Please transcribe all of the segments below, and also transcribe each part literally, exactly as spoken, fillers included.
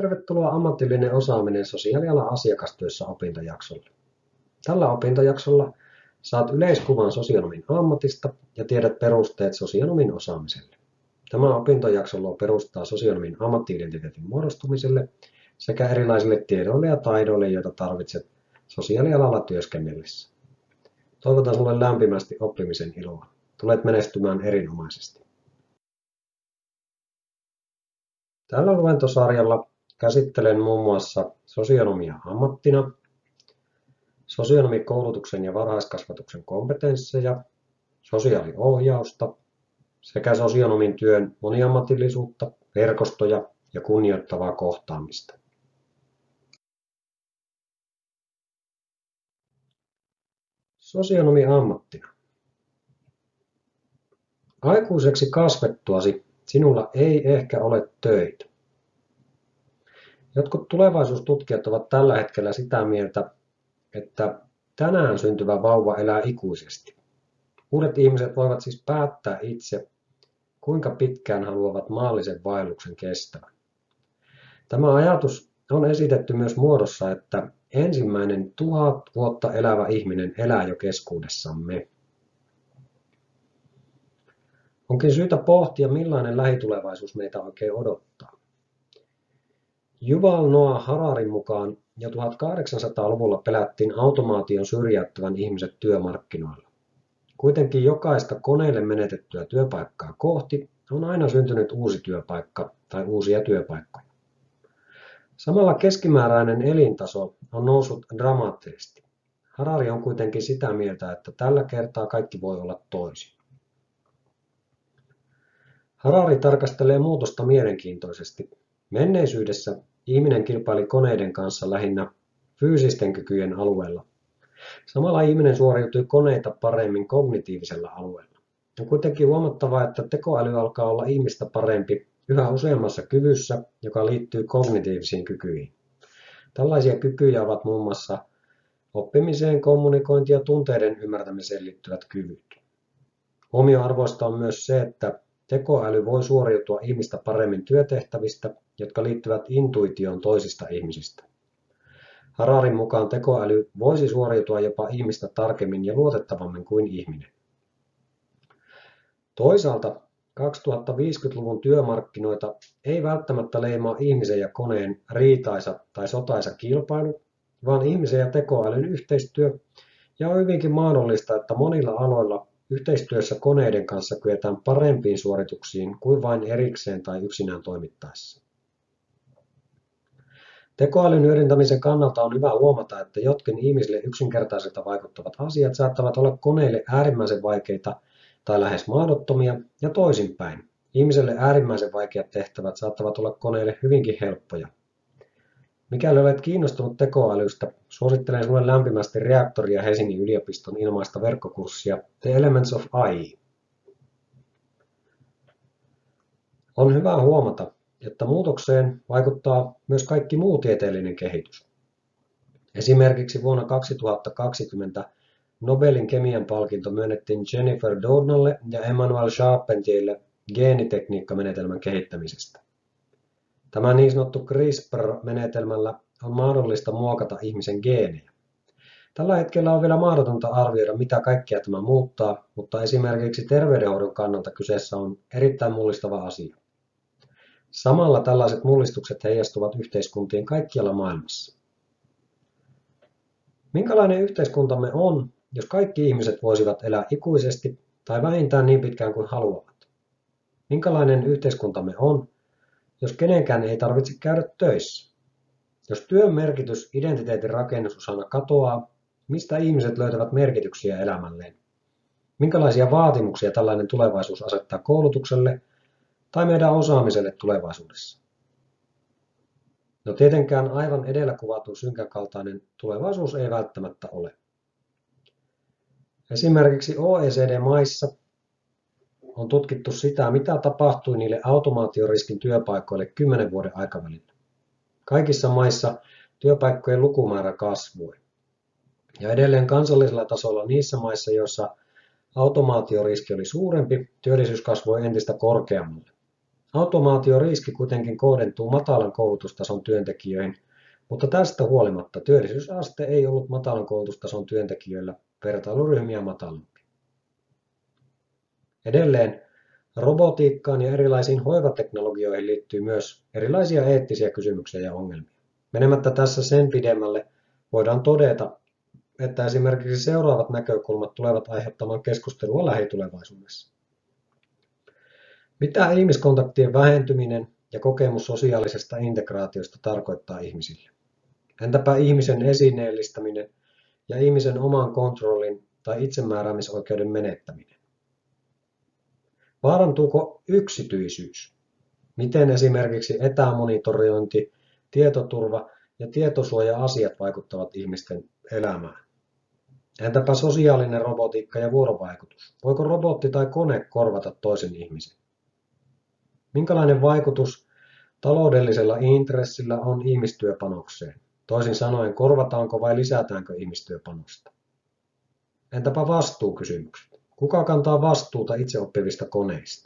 Tervetuloa ammatillinen osaaminen sosiaalialan asiakastyössä opintojaksolle. Tällä opintojaksolla saat yleiskuvan sosionomin ammatista ja tiedät perusteet sosionomin osaamiselle. Tämä opintojakso luo perustaa sosionomin ammatti-identiteetin muodostumiselle sekä erilaisille tiedoille ja taidoille, joita tarvitset sosiaalialalla työskennellessä. Toivotan sinulle lämpimästi oppimisen iloa. Tulet menestymään erinomaisesti. Tällä luentosarjalla käsittelen muun muassa sosionomia ammattina, sosionomikoulutuksen ja varhaiskasvatuksen kompetensseja, sosiaaliohjausta sekä sosionomin työn moniammatillisuutta, verkostoja ja kunnioittavaa kohtaamista. Sosionomi ammattina. Aikuiseksi kasvettuasi sinulla ei ehkä ole töitä. Jotkut tulevaisuustutkijat ovat tällä hetkellä sitä mieltä, että tänään syntyvä vauva elää ikuisesti. Uudet ihmiset voivat siis päättää itse, kuinka pitkään haluavat maallisen vaelluksen kestävän. Tämä ajatus on esitetty myös muodossa, että ensimmäinen tuhat vuotta elävä ihminen elää jo keskuudessamme. Onkin syytä pohtia, millainen lähitulevaisuus meitä oikein odottaa. Yuval Noah Hararin mukaan jo tuhatkahdeksansataaluvulla pelättiin automaation syrjäyttävän ihmiset työmarkkinoilla. Kuitenkin jokaista koneelle menetettyä työpaikkaa kohti on aina syntynyt uusi työpaikka tai uusia työpaikkoja. Samalla keskimääräinen elintaso on noussut dramaattisesti. Harari on kuitenkin sitä mieltä, että tällä kertaa kaikki voi olla toisin. Harari tarkastelee muutosta mielenkiintoisesti. Menneisyydessä ihminen kilpaili koneiden kanssa lähinnä fyysisten kykyjen alueella. Samalla ihminen suoriutui koneita paremmin kognitiivisella alueella. On kuitenkin huomattava, että tekoäly alkaa olla ihmistä parempi yhä useammassa kyvyssä, joka liittyy kognitiivisiin kykyihin. Tällaisia kykyjä ovat muun muassa oppimiseen, kommunikointiin ja tunteiden ymmärtämiseen liittyvät kyvyt. Huomioarvoista on myös se, että tekoäly voi suoriutua ihmistä paremmin työtehtävistä, jotka liittyvät intuitioon toisista ihmisistä. Hararin mukaan tekoäly voisi suoriutua jopa ihmistä tarkemmin ja luotettavammin kuin ihminen. Toisaalta kaksituhattaviisikymmentäluvun työmarkkinoita ei välttämättä leimaa ihmisen ja koneen riitaisa tai sotaisa kilpailu, vaan ihmisen ja tekoälyn yhteistyö, ja on hyvinkin mahdollista, että monilla aloilla yhteistyössä koneiden kanssa kyetään parempiin suorituksiin kuin vain erikseen tai yksinään toimittaessa. Tekoälyn hyödyntämisen kannalta on hyvä huomata, että jotkin ihmisille yksinkertaisilta vaikuttavat asiat saattavat olla koneille äärimmäisen vaikeita tai lähes mahdottomia, ja toisinpäin. Ihmiselle äärimmäisen vaikeat tehtävät saattavat olla koneille hyvinkin helppoja. Mikäli olet kiinnostunut tekoälystä, suosittelen sinulle lämpimästi Reaktoria Helsingin yliopiston ilmaista verkkokurssia The Elements of A I. On hyvä huomata, että muutokseen vaikuttaa myös kaikki muu tieteellinen kehitys. Esimerkiksi vuonna kaksituhattakaksikymmentä Nobelin kemian palkinto myönnettiin Jennifer Doudnalle ja Emmanuel Charpentierille geenitekniikkamenetelmän kehittämisestä. Tämä niin sanottu CRISPR-menetelmällä on mahdollista muokata ihmisen geenejä. Tällä hetkellä on vielä mahdotonta arvioida, mitä kaikkea tämä muuttaa, mutta esimerkiksi terveydenhoidon kannalta kyseessä on erittäin mullistava asia. Samalla tällaiset mullistukset heijastuvat yhteiskuntiin kaikkialla maailmassa. Minkälainen yhteiskuntamme on, jos kaikki ihmiset voisivat elää ikuisesti tai vähintään niin pitkään kuin haluavat? Minkälainen yhteiskuntamme on, jos kenenkään ei tarvitse käydä töissä? Jos työn merkitys identiteetin rakennusosana katoaa, mistä ihmiset löytävät merkityksiä elämälleen? Minkälaisia vaatimuksia tällainen tulevaisuus asettaa koulutukselle tai meidän osaamiselle tulevaisuudessa? No tietenkään aivan edellä kuvatun synkän kaltainen tulevaisuus ei välttämättä ole. Esimerkiksi O E C D-maissa on tutkittu sitä, mitä tapahtui niille automaatioriskin työpaikoille kymmenen vuoden aikavälillä. Kaikissa maissa työpaikkojen lukumäärä kasvoi. Ja edelleen kansallisella tasolla niissä maissa, joissa automaatioriski oli suurempi, työllisyys kasvoi entistä korkeammalle. Automaatioriski kuitenkin kohdentuu matalan koulutustason työntekijöihin, mutta tästä huolimatta työllisyysaste ei ollut matalan koulutustason työntekijöillä vertailuryhmiä matalampi. Edelleen robotiikkaan ja erilaisiin hoivateknologioihin liittyy myös erilaisia eettisiä kysymyksiä ja ongelmia. Menemättä tässä sen pidemmälle voidaan todeta, että esimerkiksi seuraavat näkökulmat tulevat aiheuttamaan keskustelua lähitulevaisuudessa. Mitä ihmiskontaktien vähentyminen ja kokemus sosiaalisesta integraatiosta tarkoittaa ihmisille? Entäpä ihmisen esineellistäminen ja ihmisen oman kontrollin tai itsemääräämisoikeuden menettäminen? Vaarantuuko yksityisyys? Miten esimerkiksi etämonitorointi, tietoturva ja tietosuoja-asiat vaikuttavat ihmisten elämään? Entäpä sosiaalinen robotiikka ja vuorovaikutus? Voiko robotti tai kone korvata toisen ihmisen? Minkälainen vaikutus taloudellisella intressillä on ihmistyöpanokseen? Toisin sanoen, korvataanko vai lisätäänkö ihmistyöpanosta? Entäpä vastuukysymykset? Kuka kantaa vastuuta itseoppivista koneista?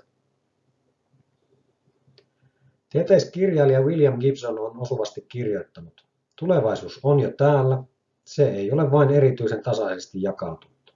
Tieteiskirjailija William Gibson on osuvasti kirjoittanut: tulevaisuus on jo täällä, se ei ole vain erityisen tasaisesti jakautunut.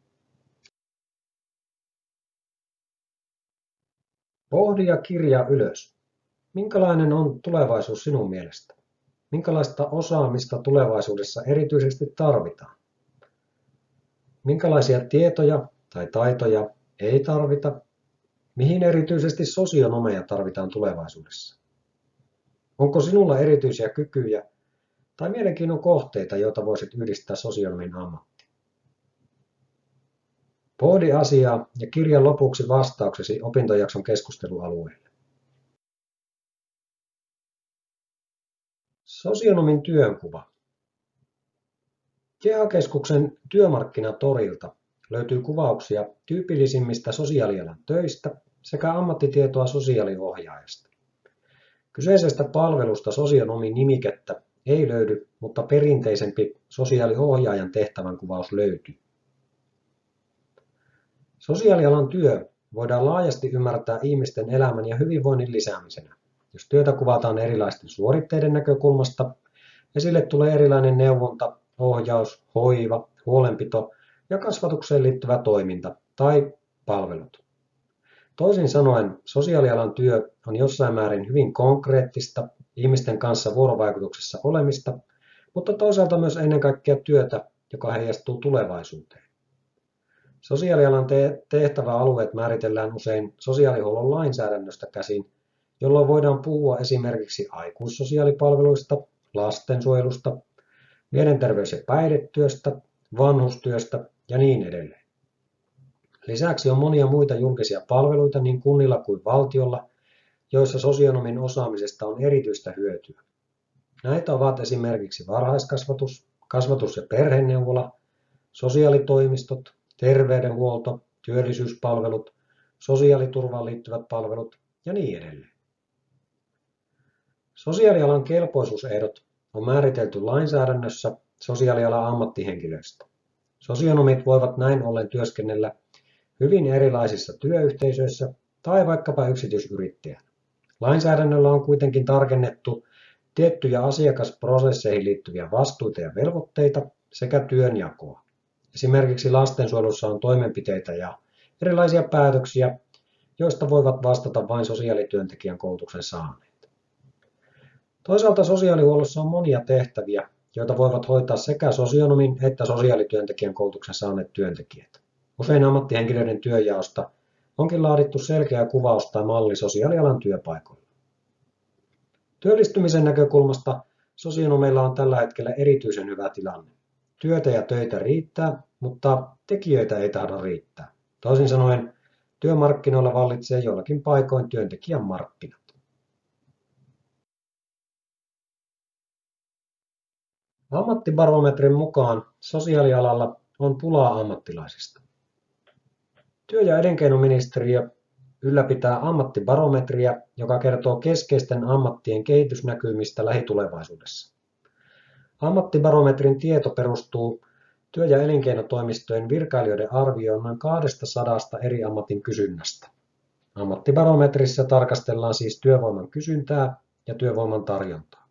Pohdi ja kirjaa ylös. Minkälainen on tulevaisuus sinun mielestä? Minkälaista osaamista tulevaisuudessa erityisesti tarvitaan? Minkälaisia tietoja tai taitoja ei tarvita? Mihin erityisesti sosionomeja tarvitaan tulevaisuudessa? Onko sinulla erityisiä kykyjä tai mielenkiinnon kohteita, joita voisit yhdistää sosionomin ammattiin? Pohdi asiaa ja kirja lopuksi vastauksesi opintojakson keskustelualueelle. Sosionomin työnkuva. KEHA-keskuksen työmarkkinatorilta löytyy kuvauksia tyypillisimmistä sosiaalialan töistä sekä ammattitietoa sosiaaliohjaajasta. Kyseisestä palvelusta sosionomin nimikettä ei löydy, mutta perinteisempi sosiaaliohjaajan tehtävän kuvaus löytyy. Sosiaalialan työ voidaan laajasti ymmärtää ihmisten elämän ja hyvinvoinnin lisäämisenä. Jos työtä kuvataan erilaisten suoritteiden näkökulmasta, esille tulee erilainen neuvonta, ohjaus, hoiva, huolenpito ja kasvatukseen liittyvä toiminta tai palvelut. Toisin sanoen sosiaalialan työ on jossain määrin hyvin konkreettista ihmisten kanssa vuorovaikutuksessa olemista, mutta toisaalta myös ennen kaikkea työtä, joka heijastuu tulevaisuuteen. Sosiaalialan te- tehtäväalueet määritellään usein sosiaalihuollon lainsäädännöstä käsin, jolloin voidaan puhua esimerkiksi aikuissosiaalipalveluista, lastensuojelusta, mielenterveys- ja päihdetyöstä, vanhustyöstä ja niin edelleen. Lisäksi on monia muita julkisia palveluita niin kunnilla kuin valtiolla, joissa sosionomin osaamisesta on erityistä hyötyä. Näitä ovat esimerkiksi varhaiskasvatus, kasvatus- ja perheneuvola, sosiaalitoimistot, terveydenhuolto, työllisyyspalvelut, sosiaaliturvaan liittyvät palvelut ja niin edelleen. Sosiaalialan kelpoisuusehdot on määritelty lainsäädännössä sosiaalialan ammattihenkilöistä. Sosionomit voivat näin ollen työskennellä hyvin erilaisissa työyhteisöissä tai vaikkapa yksityisyrittäjänä. Lainsäädännöllä on kuitenkin tarkennettu tiettyjä asiakasprosesseihin liittyviä vastuita ja velvoitteita sekä työnjakoa. Esimerkiksi lastensuojelussa on toimenpiteitä ja erilaisia päätöksiä, joista voivat vastata vain sosiaalityöntekijän koulutuksen saaneet. Toisaalta sosiaalihuollossa on monia tehtäviä, joita voivat hoitaa sekä sosionomin että sosiaalityöntekijän koulutuksen saaneet työntekijät. Usein ammattihenkilöiden työnjaosta onkin laadittu selkeä kuvaus tai malli sosiaalialan työpaikoilla. Työllistymisen näkökulmasta sosionomeilla on tällä hetkellä erityisen hyvä tilanne. Työtä ja töitä riittää, mutta tekijöitä ei tahdo riittää. Toisin sanoen työmarkkinoilla vallitsee jollakin paikoin työntekijän markkinat. Ammattibarometrin mukaan sosiaalialalla on pulaa ammattilaisista. Työ- ja elinkeinoministeriö ylläpitää ammattibarometria, joka kertoo keskeisten ammattien kehitysnäkymistä lähitulevaisuudessa. Ammattibarometrin tieto perustuu työ- ja elinkeinotoimistojen virkailijoiden arvioon noin kaksisataa eri ammatin kysynnästä. Ammattibarometrissä tarkastellaan siis työvoiman kysyntää ja työvoiman tarjontaa.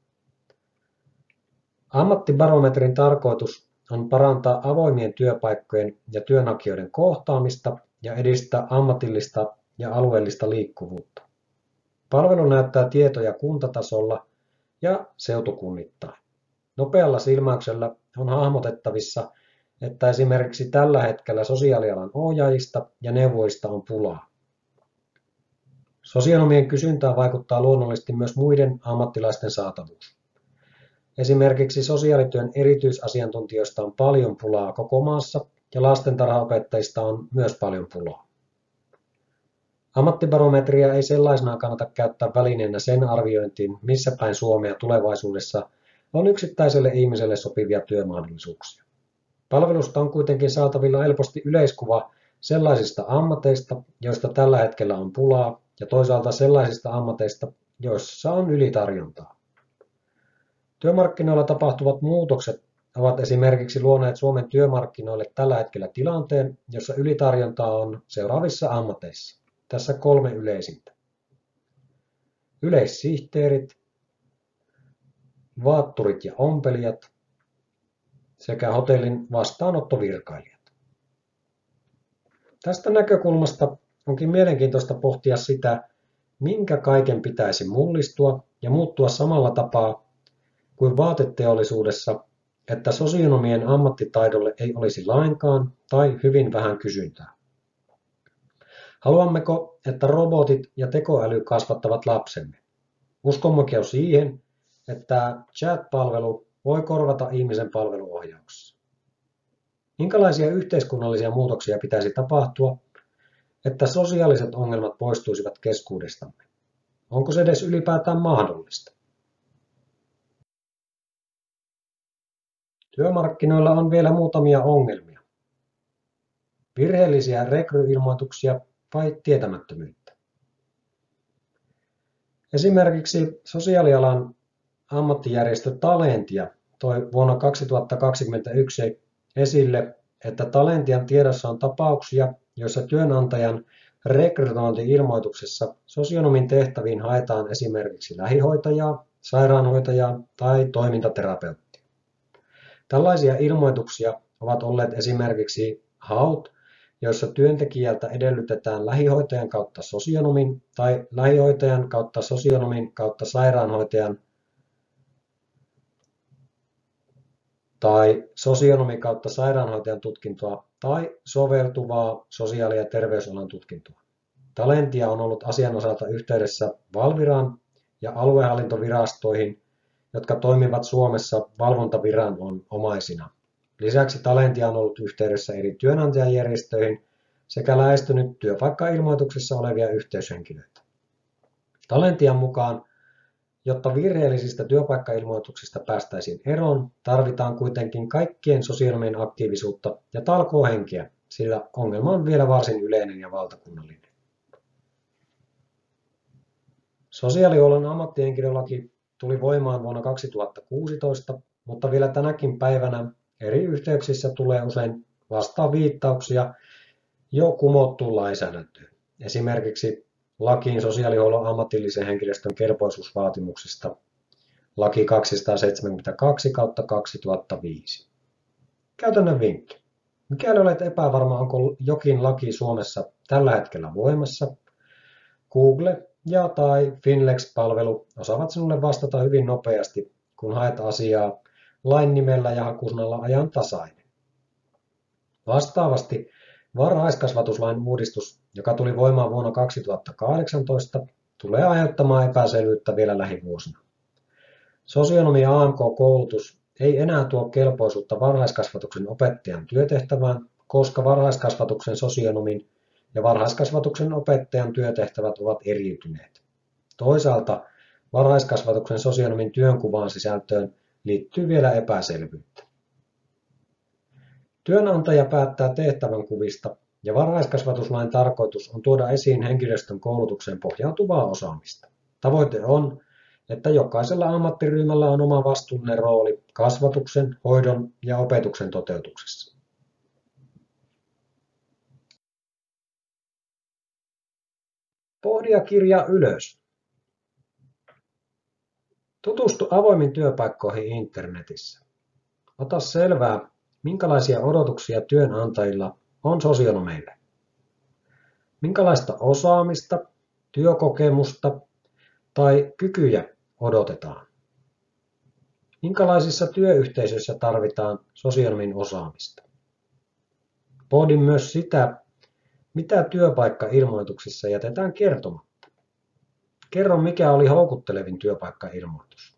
Ammattibarometrin tarkoitus on parantaa avoimien työpaikkojen ja työnhakijoiden kohtaamista ja edistää ammatillista ja alueellista liikkuvuutta. Palvelu näyttää tietoja kuntatasolla ja seutukunnittain. Nopealla silmäyksellä on hahmotettavissa, että esimerkiksi tällä hetkellä sosiaalialan ohjaajista ja neuvojista on pulaa. Sosionomien kysyntään vaikuttaa luonnollisesti myös muiden ammattilaisten saatavuus. Esimerkiksi sosiaalityön erityisasiantuntijoista on paljon pulaa koko maassa ja lastentarhaopettajista on myös paljon pulaa. Ammattibarometria ei sellaisenaan kannata käyttää välineenä sen arviointiin, missä päin Suomea tulevaisuudessa on yksittäiselle ihmiselle sopivia työmahdollisuuksia. Palvelusta on kuitenkin saatavilla helposti yleiskuva sellaisista ammateista, joista tällä hetkellä on pulaa, ja toisaalta sellaisista ammateista, joissa on ylitarjontaa. Työmarkkinoilla tapahtuvat muutokset ovat esimerkiksi luoneet Suomen työmarkkinoille tällä hetkellä tilanteen, jossa ylitarjontaa on seuraavissa ammateissa. Tässä kolme yleisintä. Yleissihteerit, vaatturit ja ompelijat sekä hotellin vastaanottovirkailijat. Tästä näkökulmasta onkin mielenkiintoista pohtia sitä, minkä kaiken pitäisi mullistua ja muuttua samalla tapaa kuin vaateteollisuudessa, että sosionomien ammattitaidolle ei olisi lainkaan tai hyvin vähän kysyntää. Haluammeko, että robotit ja tekoäly kasvattavat lapsemme? Uskommeko siihen, että chat-palvelu voi korvata ihmisen palveluohjauksessa? Minkälaisia yhteiskunnallisia muutoksia pitäisi tapahtua, että sosiaaliset ongelmat poistuisivat keskuudestamme? Onko se edes ylipäätään mahdollista? Työmarkkinoilla on vielä muutamia ongelmia. Virheellisiä rekryilmoituksia vai tietämättömyyttä. Esimerkiksi sosiaalialan ammattijärjestö Talentia toi vuonna kaksituhattakaksikymmentäyksi esille, että Talentian tiedossa on tapauksia, joissa työnantajan rekrytointi-ilmoituksessa sosionomin tehtäviin haetaan esimerkiksi lähihoitajaa, sairaanhoitajaa tai toimintaterapeuttia. Tällaisia ilmoituksia ovat olleet esimerkiksi haut, joissa työntekijältä edellytetään lähihoitajan kautta sosionomin tai lähihoitajan kautta sosionomin kautta sairaanhoitajan tai sosionomi kautta sairaanhoitajan tutkintoa tai soveltuvaa sosiaali- ja terveysalan tutkintoa. Talentia on ollut asian osalta yhteydessä Valviraan ja aluehallintovirastoihin, jotka toimivat Suomessa valvontaviranomaisina. Lisäksi Talentia on ollut yhteydessä eri työnantajajärjestöihin sekä lähestynyt työpaikkailmoituksessa olevia yhteyshenkilöitä. Talentian mukaan, jotta virheellisistä työpaikkailmoituksista päästäisiin eroon, tarvitaan kuitenkin kaikkien sosionomien aktiivisuutta ja talkoohenkeä, sillä ongelma on vielä varsin yleinen ja valtakunnallinen. Sosiaalihuollon ammattihenkilölaki tuli voimaan vuonna kaksituhattakuusitoista, mutta vielä tänäkin päivänä eri yhteyksissä tulee usein vastaan viittauksia jo kumottuun lainsäädäntöön. Esimerkiksi lakiin sosiaalihuollon ammatillisen henkilöstön kelpoisuusvaatimuksista, laki kaksisataaseitsemänkymmentäkaksi kautta kaksituhattaviisi. Käytännön vinkki. Mikäli olet epävarma, onko jokin laki Suomessa tällä hetkellä voimassa, Google ja tai Finlex-palvelu osaavat sinulle vastata hyvin nopeasti, kun haet asiaa lain nimellä ja hakusanalla ajan tasainen. Vastaavasti varhaiskasvatuslain uudistus, joka tuli voimaan vuonna kaksituhattakahdeksantoista, tulee aiheuttamaan epäselvyyttä vielä lähivuosina. Sosionomi A M K-koulutus ei enää tuo kelpoisuutta varhaiskasvatuksen opettajan työtehtävään, koska varhaiskasvatuksen sosionomin ja varhaiskasvatuksen opettajan työtehtävät ovat eriytyneet. Toisaalta varhaiskasvatuksen sosionomin työnkuvaan sisältöön liittyy vielä epäselvyyttä. Työnantaja päättää tehtävänkuvista ja varhaiskasvatuslain tarkoitus on tuoda esiin henkilöstön koulutukseen pohjautuvaa osaamista. Tavoite on, että jokaisella ammattiryhmällä on oma vastuullinen rooli kasvatuksen, hoidon ja opetuksen toteutuksessa. Pohdi ja kirjaa ylös. Tutustu avoimiin työpaikkoihin internetissä. Ota selvää, minkälaisia odotuksia työnantajilla on sosionomeille. Minkälaista osaamista, työkokemusta tai kykyjä odotetaan. Minkälaisissa työyhteisöissä tarvitaan sosionomin osaamista. Pohdi myös sitä, mitä työpaikkailmoituksissa jätetään kertomatta. Kerro, mikä oli houkuttelevin työpaikkailmoitus.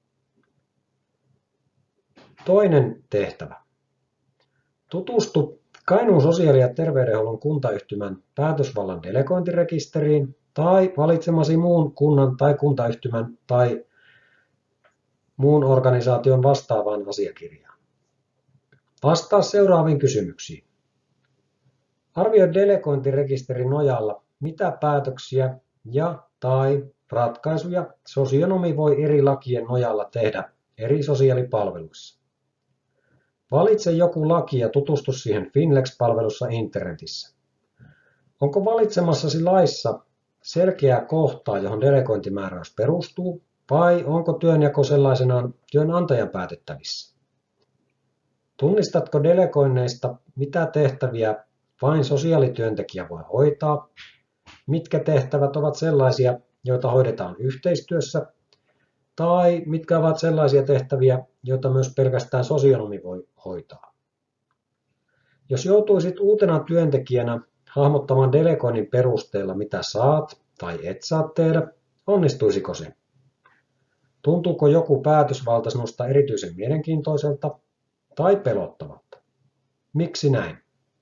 Toinen tehtävä. Tutustu Kainuun sosiaali- ja terveydenhuollon kuntayhtymän päätösvallan delegointirekisteriin tai valitsemasi muun kunnan tai kuntayhtymän tai muun organisaation vastaavaan asiakirjaan. Vastaa seuraaviin kysymyksiin. Arvioi delegointirekisterin nojalla, mitä päätöksiä ja tai ratkaisuja sosionomi voi eri lakien nojalla tehdä eri sosiaalipalveluissa. Valitse joku laki ja tutustu siihen Finlex-palvelussa internetissä. Onko valitsemassasi laissa selkeää kohtaa, johon delegointimääräys perustuu, vai onko työnjako sellaisenaan työnantajan päätettävissä? Tunnistatko delegoinneista, mitä tehtäviä vain sosiaalityöntekijä voi hoitaa, mitkä tehtävät ovat sellaisia, joita hoidetaan yhteistyössä, tai mitkä ovat sellaisia tehtäviä, joita myös pelkästään sosionomi voi hoitaa. Jos joutuisit uutena työntekijänä hahmottamaan delegoinnin perusteella, mitä saat tai et saa tehdä, onnistuisiko se? Tuntuuko joku päätösvalta sinusta erityisen mielenkiintoiselta tai pelottavalta? Miksi näin?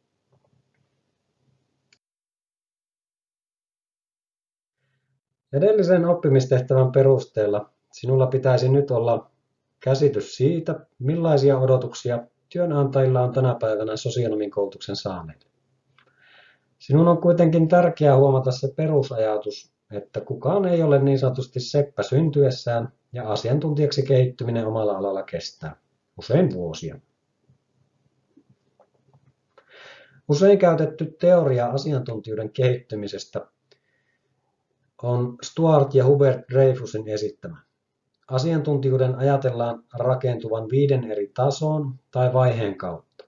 Edellisen oppimistehtävän perusteella sinulla pitäisi nyt olla käsitys siitä, millaisia odotuksia työnantajilla on tänä päivänä sosionomin koulutuksen saaneille. Sinun on kuitenkin tärkeää huomata se perusajatus, että kukaan ei ole niin sanotusti seppä syntyessään ja asiantuntijaksi kehittyminen omalla alalla kestää, usein vuosia. Usein käytetty teoria asiantuntijuuden kehittymisestä on Stuart ja Hubert Dreyfusin esittämä. Asiantuntijuuden ajatellaan rakentuvan viiden eri tason tai vaiheen kautta.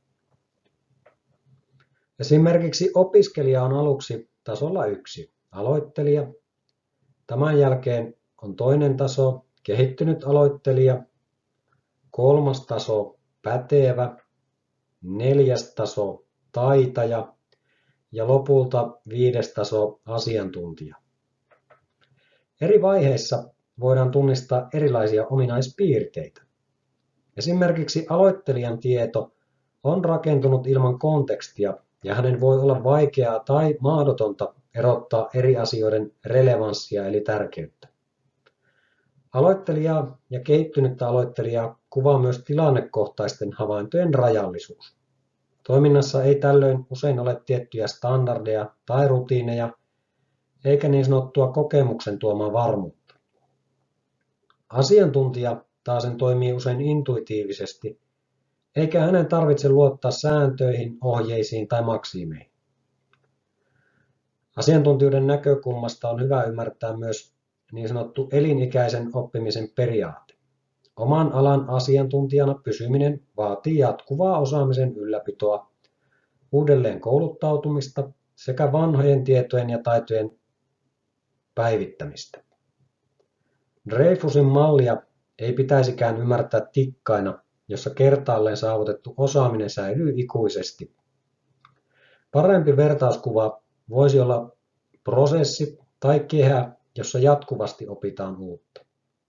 Esimerkiksi opiskelija on aluksi tasolla yksi, aloittelija. Tämän jälkeen on toinen taso, kehittynyt aloittelija. Kolmas taso, pätevä. Neljäs taso, taitaja. Ja lopulta viides taso, asiantuntija. Eri vaiheissa voidaan tunnistaa erilaisia ominaispiirteitä. Esimerkiksi aloittelijan tieto on rakentunut ilman kontekstia ja hänen voi olla vaikeaa tai mahdotonta erottaa eri asioiden relevanssia eli tärkeyttä. Aloittelijaa ja kehittynyttä aloittelijaa kuvaa myös tilannekohtaisten havaintojen rajallisuus. Toiminnassa ei tällöin usein ole tiettyjä standardeja tai rutiineja, eikä niin sanottua kokemuksen tuomaa varmuutta. Asiantuntija taasen toimii usein intuitiivisesti, eikä hänen tarvitse luottaa sääntöihin, ohjeisiin tai maksiimeihin. Asiantuntijuuden näkökulmasta on hyvä ymmärtää myös niin sanottu elinikäisen oppimisen periaate. Oman alan asiantuntijana pysyminen vaatii jatkuvaa osaamisen ylläpitoa, uudelleen kouluttautumista sekä vanhojen tietojen ja taitojen päivittämistä. Dreyfusin mallia ei pitäisikään ymmärtää tikkaina, jossa kertaalleen saavutettu osaaminen säilyy ikuisesti. Parempi vertauskuva voisi olla prosessi tai kehä, jossa jatkuvasti opitaan uutta.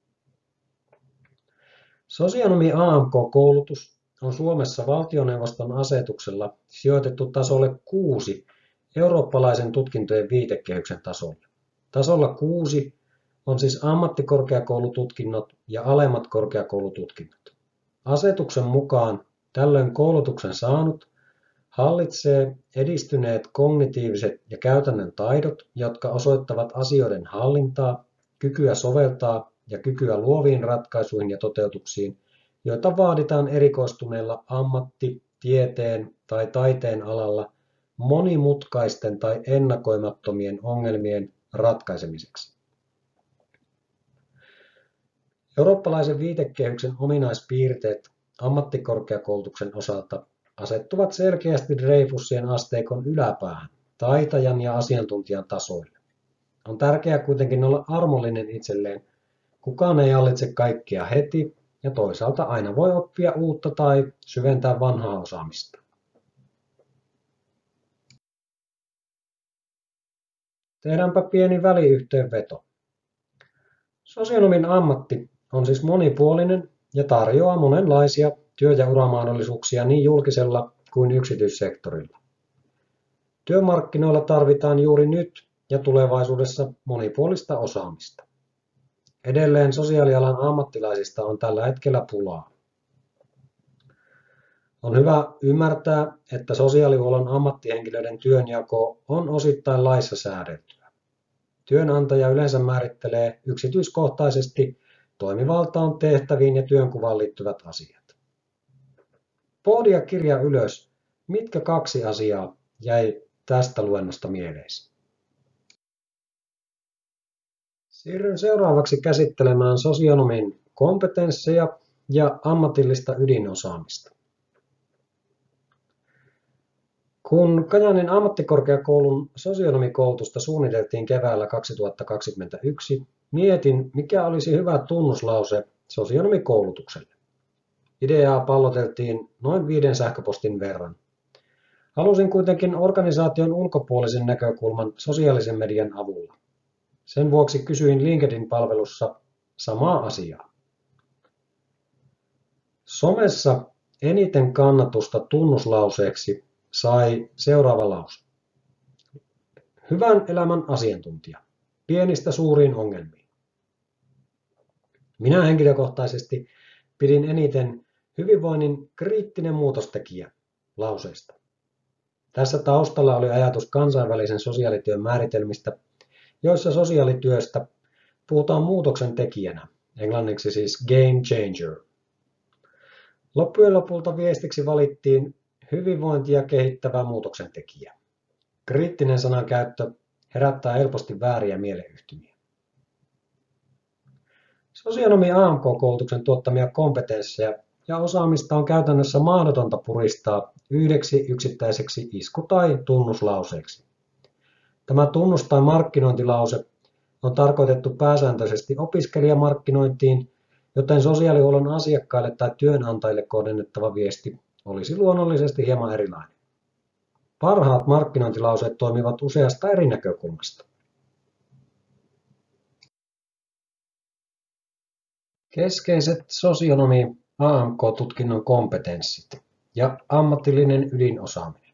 Sosionomi A M K-koulutus on Suomessa valtioneuvoston asetuksella sijoitettu tasolle kuusi eurooppalaisen tutkintojen viitekehyksen tasolle. Tasolla kuusi on siis ammattikorkeakoulututkinnot ja alemmat korkeakoulututkinnot. Asetuksen mukaan tällöin koulutuksen saanut hallitsee edistyneet kognitiiviset ja käytännön taidot, jotka osoittavat asioiden hallintaa, kykyä soveltaa ja kykyä luoviin ratkaisuihin ja toteutuksiin, joita vaaditaan erikoistuneella ammatti-, tieteen tai taiteen alalla monimutkaisten tai ennakoimattomien ongelmien ratkaisemiseksi. Eurooppalaisen viitekehyksen ominaispiirteet ammattikorkeakoulutuksen osalta asettuvat selkeästi Dreyfussien asteikon yläpäähän, taitajan ja asiantuntijan tasoille. On tärkeää kuitenkin olla armollinen itselleen. Kukaan ei hallitse kaikkea heti ja toisaalta aina voi oppia uutta tai syventää vanhaa osaamista. Tehdäänpä pieni väliyhteenveto. Sosionomin ammatti on siis monipuolinen ja tarjoaa monenlaisia työ- ja uramahdollisuuksia niin julkisella kuin yksityissektorilla. Työmarkkinoilla tarvitaan juuri nyt ja tulevaisuudessa monipuolista osaamista. Edelleen sosiaalialan ammattilaisista on tällä hetkellä pulaa. On hyvä ymmärtää, että sosiaalihuollon ammattihenkilöiden työnjako on osittain laissa säädeltyä. Työnantaja yleensä määrittelee yksityiskohtaisesti toimivaltaan, tehtäviin ja työnkuvaan liittyvät asiat. Pohdi ja kirja ylös, mitkä kaksi asiaa jäi tästä luennosta mieleesi. Siirryn seuraavaksi käsittelemään sosionomin kompetensseja ja ammatillista ydinosaamista. Kun Kajaanin ammattikorkeakoulun sosionomikoulutusta suunniteltiin keväällä kaksituhattakaksikymmentäyksi, mietin, mikä olisi hyvä tunnuslause sosionomikoulutukselle. Ideaa palloteltiin noin viiden sähköpostin verran. Halusin kuitenkin organisaation ulkopuolisen näkökulman sosiaalisen median avulla. Sen vuoksi kysyin LinkedIn-palvelussa samaa asiaa. Somessa eniten kannatusta tunnuslauseeksi sai seuraava lause. Hyvän elämän asiantuntija. Pienistä suuriin ongelmiin. Minä henkilökohtaisesti pidin eniten hyvinvoinnin kriittinen muutostekijä lauseesta. Tässä taustalla oli ajatus kansainvälisen sosiaalityön määritelmistä, joissa sosiaalityöstä puhutaan muutoksen tekijänä, englanniksi siis game changer. Loppujen lopulta viestiksi valittiin hyvinvointia kehittävä muutoksen tekijä. Kriittinen sanankäyttö herättää helposti vääriä mieleyhtymiä. Sosionomi A M K-koulutuksen tuottamia kompetensseja ja osaamista on käytännössä mahdotonta puristaa yhdeksi yksittäiseksi isku- tai tunnuslauseeksi. Tämä tunnus- tai markkinointilause on tarkoitettu pääsääntöisesti opiskelijamarkkinointiin, joten sosiaalihuollon asiakkaille tai työnantajille kohdennettava viesti olisi luonnollisesti hieman erilainen. Parhaat markkinointilauseet toimivat useasta eri näkökulmasta. Keskeiset sosionomi A M K-tutkinnon kompetenssit ja ammatillinen ydinosaaminen.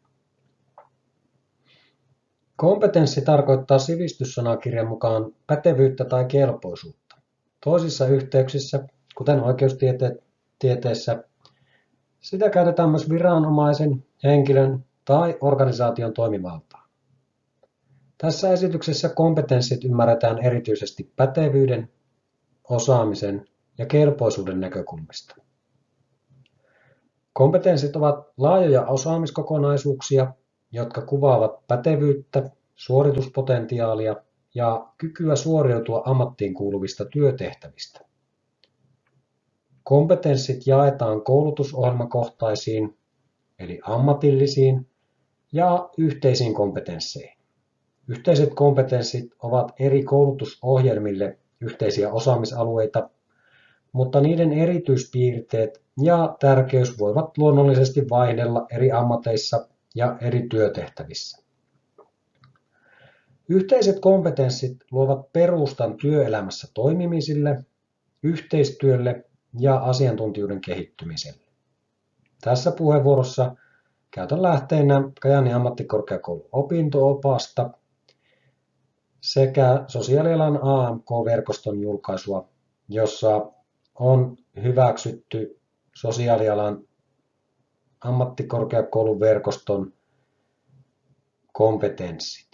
Kompetenssi tarkoittaa sivistyssanakirjan mukaan pätevyyttä tai kelpoisuutta. Toisissa yhteyksissä, kuten oikeustieteessä, sitä käytetään myös viranomaisen, henkilön tai organisaation toimivaltaa. Tässä esityksessä kompetenssit ymmärretään erityisesti pätevyyden, osaamisen ja kelpoisuuden näkökulmista. Kompetenssit ovat laajoja osaamiskokonaisuuksia, jotka kuvaavat pätevyyttä, suorituspotentiaalia ja kykyä suoriutua ammattiin kuuluvista työtehtävistä. Kompetenssit jaetaan koulutusohjelmakohtaisiin, eli ammatillisiin, ja yhteisiin kompetensseihin. Yhteiset kompetenssit ovat eri koulutusohjelmille yhteisiä osaamisalueita, mutta niiden erityispiirteet ja tärkeys voivat luonnollisesti vaihdella eri ammateissa ja eri työtehtävissä. Yhteiset kompetenssit luovat perustan työelämässä toimimiselle, yhteistyölle ja asiantuntijuuden kehittymiselle. Tässä puheenvuorossa käytän lähteenä Kajaanin ammattikorkeakoulun opinto-opasta sekä sosiaalialan A M K-verkoston julkaisua, jossa on hyväksytty sosiaalialan ammattikorkeakoulun verkoston kompetenssit.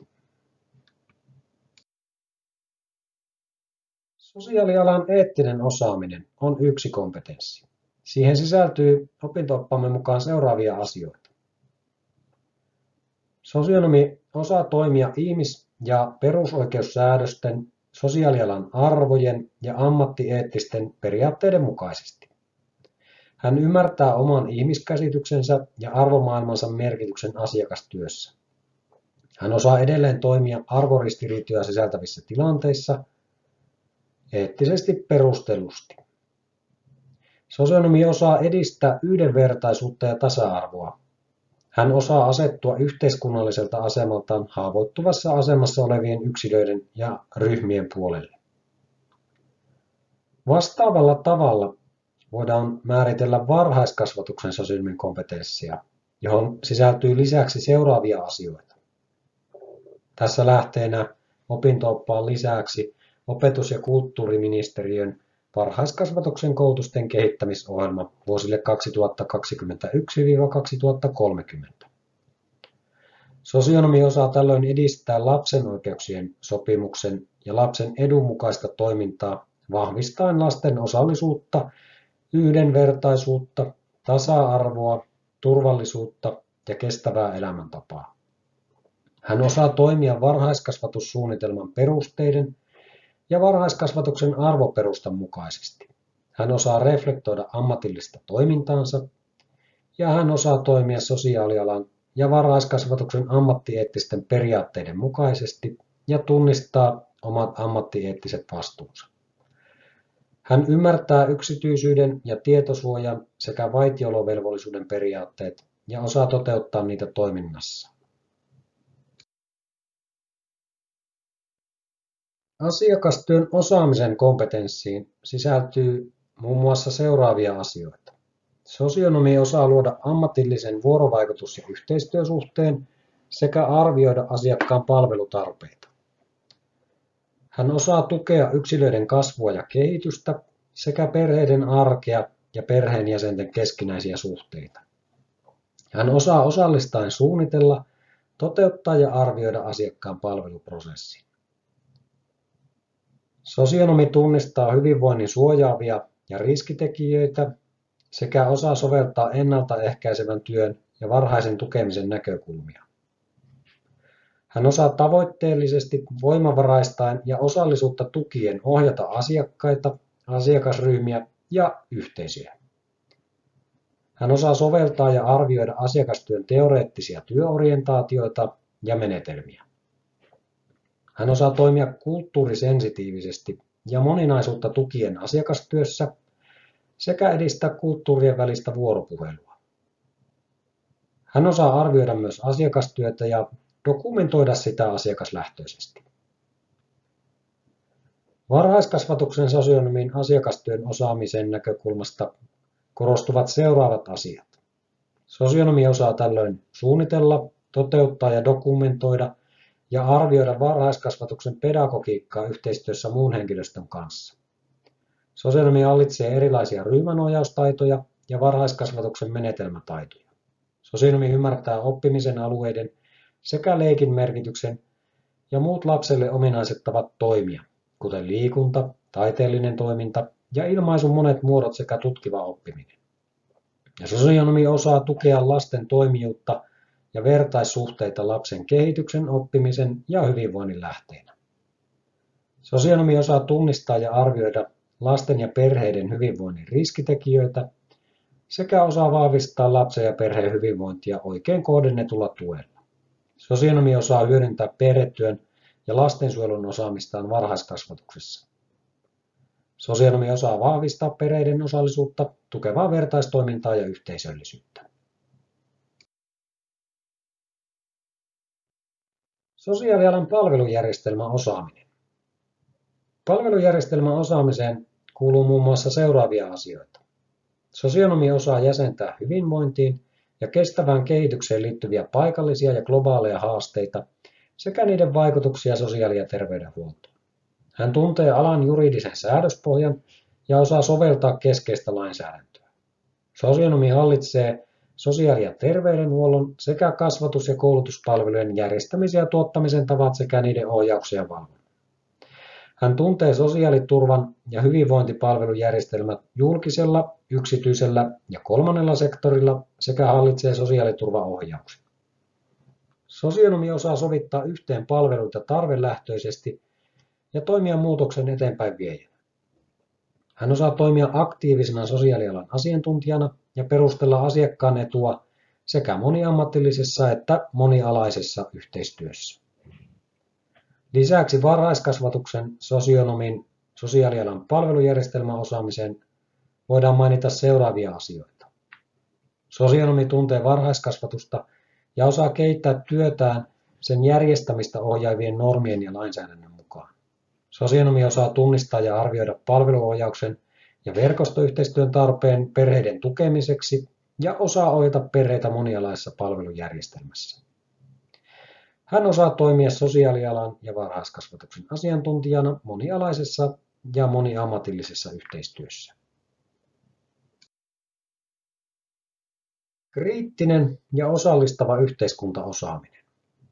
Sosiaalialan eettinen osaaminen on yksi kompetenssi. Siihen sisältyy opinto-oppamme mukaan seuraavia asioita. Sosionomi osaa toimia ihmis- ja perusoikeussäädösten, sosiaalialan arvojen ja ammattieettisten periaatteiden mukaisesti. Hän ymmärtää oman ihmiskäsityksensä ja arvomaailmansa merkityksen asiakastyössä. Hän osaa edelleen toimia arvoristiriitoja sisältävissä tilanteissa eettisesti perustellusti. Sosionomi osaa edistää yhdenvertaisuutta ja tasa-arvoa. Hän osaa asettua yhteiskunnalliselta asemaltaan haavoittuvassa asemassa olevien yksilöiden ja ryhmien puolelle. Vastaavalla tavalla voidaan määritellä varhaiskasvatuksen sosionomin kompetenssia, johon sisältyy lisäksi seuraavia asioita. Tässä lähteenä opinto-oppaan lisäksi opetus- ja kulttuuriministeriön varhaiskasvatuksen koulutusten kehittämisohjelma vuosille kaksituhattakaksikymmentäyksi kaksituhattakolmekymmentä. Sosionomi osaa tällöin edistää lapsen oikeuksien sopimuksen ja lapsen edun mukaista toimintaa vahvistaen lasten osallisuutta, yhdenvertaisuutta, tasa-arvoa, turvallisuutta ja kestävää elämäntapaa. Hän osaa toimia varhaiskasvatussuunnitelman perusteiden ja varhaiskasvatuksen arvoperustan mukaisesti. Hän osaa reflektoida ammatillista toimintaansa ja hän osaa toimia sosiaalialan ja varhaiskasvatuksen ammattieettisten periaatteiden mukaisesti ja tunnistaa omat ammattieettiset vastuunsa. Hän ymmärtää yksityisyyden ja tietosuojan sekä vaitiolovelvollisuuden periaatteet ja osaa toteuttaa niitä toiminnassa. Asiakastyön osaamisen kompetenssiin sisältyy muun muassa seuraavia asioita. Sosionomi osaa luoda ammatillisen vuorovaikutus- ja yhteistyösuhteen sekä arvioida asiakkaan palvelutarpeita. Hän osaa tukea yksilöiden kasvua ja kehitystä sekä perheiden arkea ja perheenjäsenten keskinäisiä suhteita. Hän osaa osallistaen suunnitella, toteuttaa ja arvioida asiakkaan palveluprosessin. Sosionomi tunnistaa hyvinvoinnin suojaavia ja riskitekijöitä sekä osaa soveltaa ennaltaehkäisevän työn ja varhaisen tukemisen näkökulmia. Hän osaa tavoitteellisesti, voimavaraistaen ja osallisuutta tukien ohjata asiakkaita, asiakasryhmiä ja yhteisöjä. Hän osaa soveltaa ja arvioida asiakastyön teoreettisia työorientaatioita ja menetelmiä. Hän osaa toimia kulttuurisensitiivisesti ja moninaisuutta tukien asiakastyössä sekä edistää kulttuurien välistä vuoropuhelua. Hän osaa arvioida myös asiakastyötä ja dokumentoida sitä asiakaslähtöisesti. Varhaiskasvatuksen sosionomin asiakastyön osaamisen näkökulmasta korostuvat seuraavat asiat. Sosionomi osaa tällöin suunnitella, toteuttaa ja dokumentoida ja arvioida varhaiskasvatuksen pedagogiikkaa yhteistyössä muun henkilöstön kanssa. Sosionomi hallitsee erilaisia ryhmänohjaustaitoja ja varhaiskasvatuksen menetelmätaitoja. Sosionomi ymmärtää oppimisen alueiden sekä leikin merkityksen ja muut lapselle ominaiset tavat toimia, kuten liikunta, taiteellinen toiminta ja ilmaisun monet muodot sekä tutkiva oppiminen. Ja sosionomi osaa tukea lasten toimijuutta ja vertaissuhteita lapsen kehityksen, oppimisen ja hyvinvoinnin lähteenä. Sosionomi osaa tunnistaa ja arvioida lasten ja perheiden hyvinvoinnin riskitekijöitä sekä osaa vahvistaa lapsen ja perheen hyvinvointia oikein kohdennetulla tuella. Sosionomi osaa hyödyntää perhetyön ja lastensuojelun osaamistaan varhaiskasvatuksessa. Sosionomi osaa vahvistaa perheiden osallisuutta, tukevaa vertaistoimintaa ja yhteisöllisyyttä. Sosiaalialan palvelujärjestelmäosaaminen. Palvelujärjestelmäosaamiseen kuuluu muun muassa seuraavia asioita. Sosionomi osaa jäsentää hyvinvointiin ja kestävään kehitykseen liittyviä paikallisia ja globaaleja haasteita sekä niiden vaikutuksia sosiaali- ja terveydenhuoltoon. Hän tuntee alan juridisen säädöspohjan ja osaa soveltaa keskeistä lainsäädäntöä. Sosionomi hallitsee sosiaali- ja terveydenhuollon sekä kasvatus- ja koulutuspalvelujen järjestämisen ja tuottamisen tavat sekä niiden ohjauksen ja valvonnan. Hän tuntee sosiaaliturvan ja hyvinvointipalvelujärjestelmät julkisella, yksityisellä ja kolmannella sektorilla sekä hallitsee sosiaaliturvaohjauksen. Sosionomi osaa sovittaa yhteen palveluita tarvelähtöisesti ja toimia muutoksen eteenpäin viejänä. Hän osaa toimia aktiivisena sosiaalialan asiantuntijana ja perustella asiakkaan etua sekä moniammatillisessa että monialaisessa yhteistyössä. Lisäksi varhaiskasvatuksen sosionomin sosiaalialan palvelujärjestelmäosaamiseen voidaan mainita seuraavia asioita. Sosionomi tuntee varhaiskasvatusta ja osaa kehittää työtään sen järjestämistä ohjaavien normien ja lainsäädännön mukaan. Sosionomi osaa tunnistaa ja arvioida palveluohjauksen ja verkostoyhteistyön tarpeen perheiden tukemiseksi ja osaa ohjata perheitä monialaisessa palvelujärjestelmässä. Hän osaa toimia sosiaalialan ja varhaiskasvatuksen asiantuntijana monialaisessa ja moniammatillisessa yhteistyössä. Kriittinen ja osallistava yhteiskuntaosaaminen.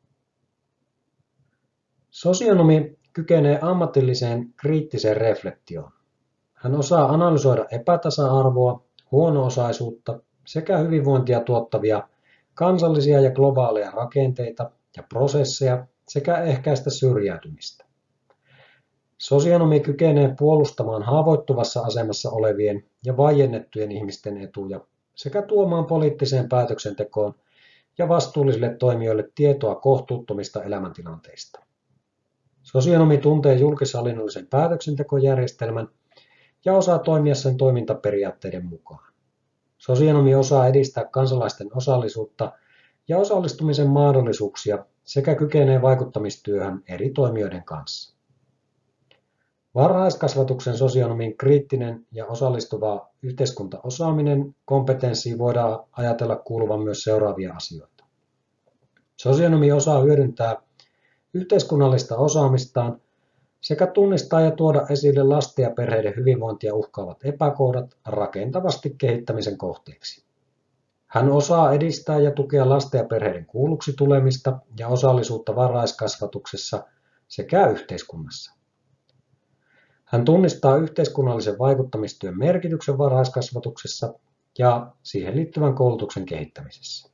Sosionomi kykenee ammatilliseen kriittiseen reflektioon. Hän osaa analysoida epätasa-arvoa, huono-osaisuutta sekä hyvinvointia tuottavia kansallisia ja globaaleja rakenteita ja prosesseja sekä ehkäistä syrjäytymistä. Sosionomi kykenee puolustamaan haavoittuvassa asemassa olevien ja vaiennettujen ihmisten etuja sekä tuomaan poliittiseen päätöksentekoon ja vastuullisille toimijoille tietoa kohtuuttomista elämäntilanteista. Sosionomi tuntee julkishallinnollisen päätöksentekojärjestelmän ja osaa toimia sen toimintaperiaatteiden mukaan. Sosionomi osaa edistää kansalaisten osallisuutta ja osallistumisen mahdollisuuksia sekä kykenee vaikuttamistyöhön eri toimijoiden kanssa. Varhaiskasvatuksen sosionomin kriittinen ja osallistuva yhteiskuntaosaaminen kompetenssiin voidaan ajatella kuuluvan myös seuraavia asioita. Sosionomi osaa hyödyntää yhteiskunnallista osaamistaan sekä tunnistaa ja tuoda esille lasten ja perheiden hyvinvointia uhkaavat epäkohdat rakentavasti kehittämisen kohteeksi. Hän osaa edistää ja tukea lasten ja perheiden kuulluksi tulemista ja osallisuutta varhaiskasvatuksessa sekä yhteiskunnassa. Hän tunnistaa yhteiskunnallisen vaikuttamistyön merkityksen varhaiskasvatuksessa ja siihen liittyvän koulutuksen kehittämisessä.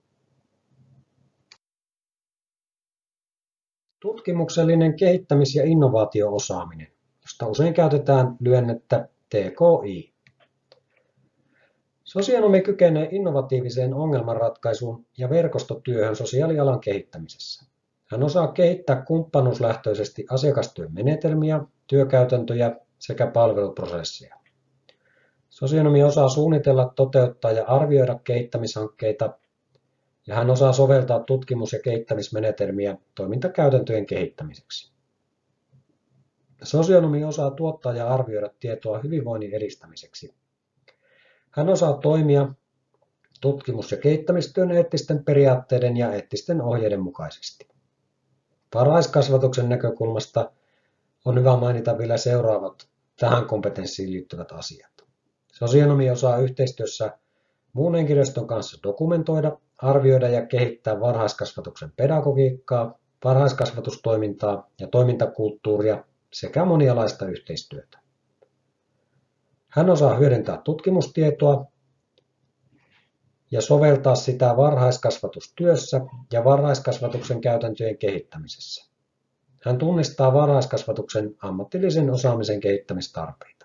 Tutkimuksellinen kehittämis- ja innovaatio-osaaminen, josta usein käytetään lyhennettä T K I. Sosionomi kykenee innovatiiviseen ongelmanratkaisuun ja verkostotyöhön sosiaalialan kehittämisessä. Hän osaa kehittää kumppanuuslähtöisesti asiakastyön menetelmiä, työkäytäntöjä sekä palveluprosesseja. Sosionomi osaa suunnitella, toteuttaa ja arvioida kehittämishankkeita, ja hän osaa soveltaa tutkimus- ja kehittämismenetelmiä toimintakäytäntöjen kehittämiseksi. Sosionomi osaa tuottaa ja arvioida tietoa hyvinvoinnin edistämiseksi. Hän osaa toimia tutkimus- ja kehittämistyön eettisten periaatteiden ja eettisten ohjeiden mukaisesti. Varhaiskasvatuksen näkökulmasta on hyvä mainita vielä seuraavat tähän kompetenssiin liittyvät asiat. Sosionomi osaa yhteistyössä muun henkilöstön kanssa dokumentoida, arvioida ja kehittää varhaiskasvatuksen pedagogiikkaa, varhaiskasvatustoimintaa ja toimintakulttuuria sekä monialaista yhteistyötä. Hän osaa hyödyntää tutkimustietoa ja soveltaa sitä varhaiskasvatustyössä ja varhaiskasvatuksen käytäntöjen kehittämisessä. Hän tunnistaa varhaiskasvatuksen ammatillisen osaamisen kehittämistarpeita.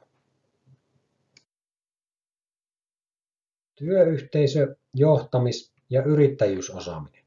Työyhteisö-, johtamis- ja yrittäjyysosaaminen.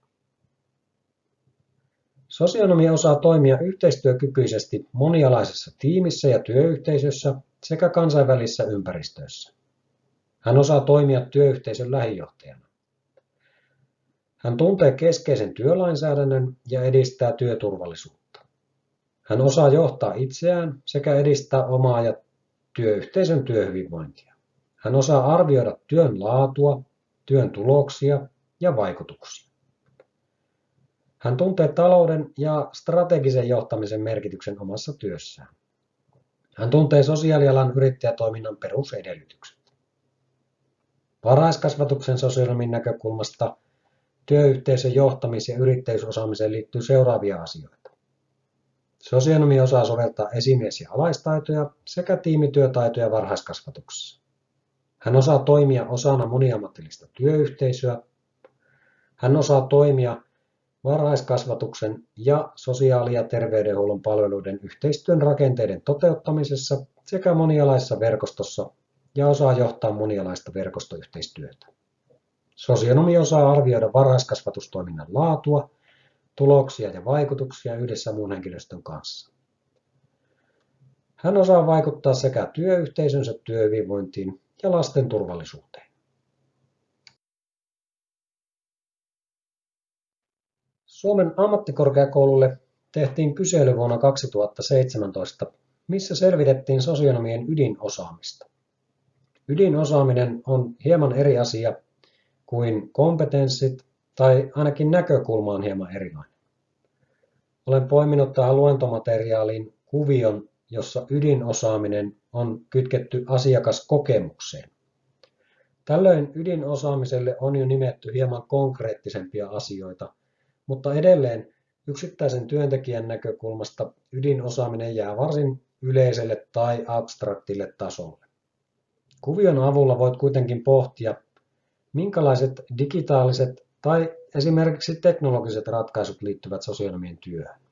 Sosionomi osaa toimia yhteistyökykyisesti monialaisessa tiimissä ja työyhteisössä sekä kansainvälisessä ympäristössä. Hän osaa toimia työyhteisön lähijohtajana. Hän tuntee keskeisen työlainsäädännön ja edistää työturvallisuutta. Hän osaa johtaa itseään sekä edistää omaa ja työyhteisön työhyvinvointia. Hän osaa arvioida työn laatua, työn tuloksia ja vaikutuksia. Hän tuntee talouden ja strategisen johtamisen merkityksen omassa työssään. Hän tuntee sosiaalialan yrittäjätoiminnan perusedellytykset. Varhaiskasvatuksen sosionomin näkökulmasta työyhteisön johtamis- ja yrittäjyysosaamiseen liittyy seuraavia asioita. Sosionomi osaa soveltaa esimies- ja alaistaitoja sekä tiimityötaitoja varhaiskasvatuksessa. Hän osaa toimia osana moniammatillista työyhteisöä. Hän osaa toimia varhaiskasvatuksen ja sosiaali- ja terveydenhuollon palveluiden yhteistyön rakenteiden toteuttamisessa sekä monialaisessa verkostossa ja osaa johtaa monialaista verkostoyhteistyötä. Sosionomi osaa arvioida varhaiskasvatustoiminnan laatua, tuloksia ja vaikutuksia yhdessä muun henkilöstön kanssa. Hän osaa vaikuttaa sekä työyhteisönsä työhyvinvointiin ja lasten turvallisuuteen. Suomen ammattikorkeakoululle tehtiin kysely vuonna kaksituhattaseitsemäntoista, missä selvitettiin sosionomien ydinosaamista. Ydinosaaminen on hieman eri asia kuin kompetenssit, tai ainakin näkökulma on hieman erilainen. Olen poiminut tähän luentomateriaaliin kuvion, jossa ydinosaaminen on kytketty asiakaskokemukseen. Tällöin ydinosaamiselle on jo nimetty hieman konkreettisempia asioita, mutta edelleen yksittäisen työntekijän näkökulmasta ydinosaaminen jää varsin yleiselle tai abstraktille tasolle. Kuvion avulla voit kuitenkin pohtia, minkälaiset digitaaliset tai esimerkiksi teknologiset ratkaisut liittyvät sosionomien työhön.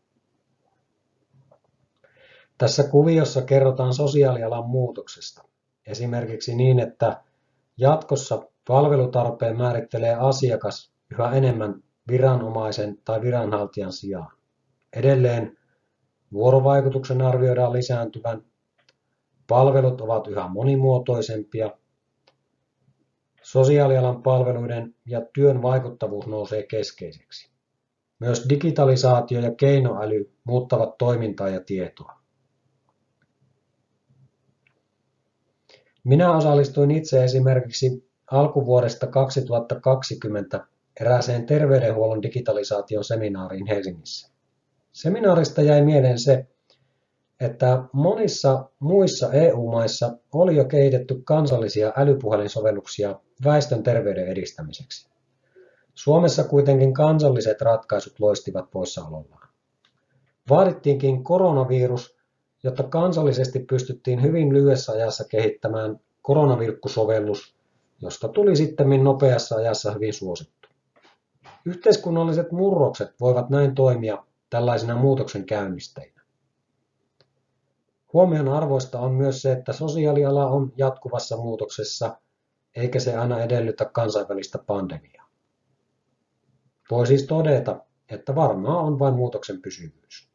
Tässä kuviossa kerrotaan sosiaalialan muutoksesta, esimerkiksi niin, että jatkossa palvelutarpeen määrittelee asiakas yhä enemmän viranomaisen tai viranhaltijan sijaan. Edelleen vuorovaikutuksen arvioidaan lisääntyvän, palvelut ovat yhä monimuotoisempia, sosiaalialan palveluiden ja työn vaikuttavuus nousee keskeiseksi. Myös digitalisaatio ja keinoäly muuttavat toimintaa ja tietoa. Minä osallistuin itse esimerkiksi alkuvuodesta kaksituhattakaksikymmentä erääseen terveydenhuollon digitalisaation seminaariin Helsingissä. Seminaarista jäi mieleen se, että monissa muissa E U-maissa oli jo kehitetty kansallisia älypuhelinsovelluksia väestön terveyden edistämiseksi. Suomessa kuitenkin kansalliset ratkaisut loistivat poissaolollaan. Vaadittiinkin koronavirus, jotta kansallisesti pystyttiin hyvin lyhyessä ajassa kehittämään koronavirkkusovellus, josta tuli sittemmin nopeassa ajassa hyvin suosittu. Yhteiskunnalliset murrokset voivat näin toimia tällaisina muutoksen käynnistäjinä. Huomion arvoista on myös se, että sosiaaliala on jatkuvassa muutoksessa, eikä se aina edellytä kansainvälistä pandemiaa. Voi siis todeta, että varmaa on vain muutoksen pysyvyys.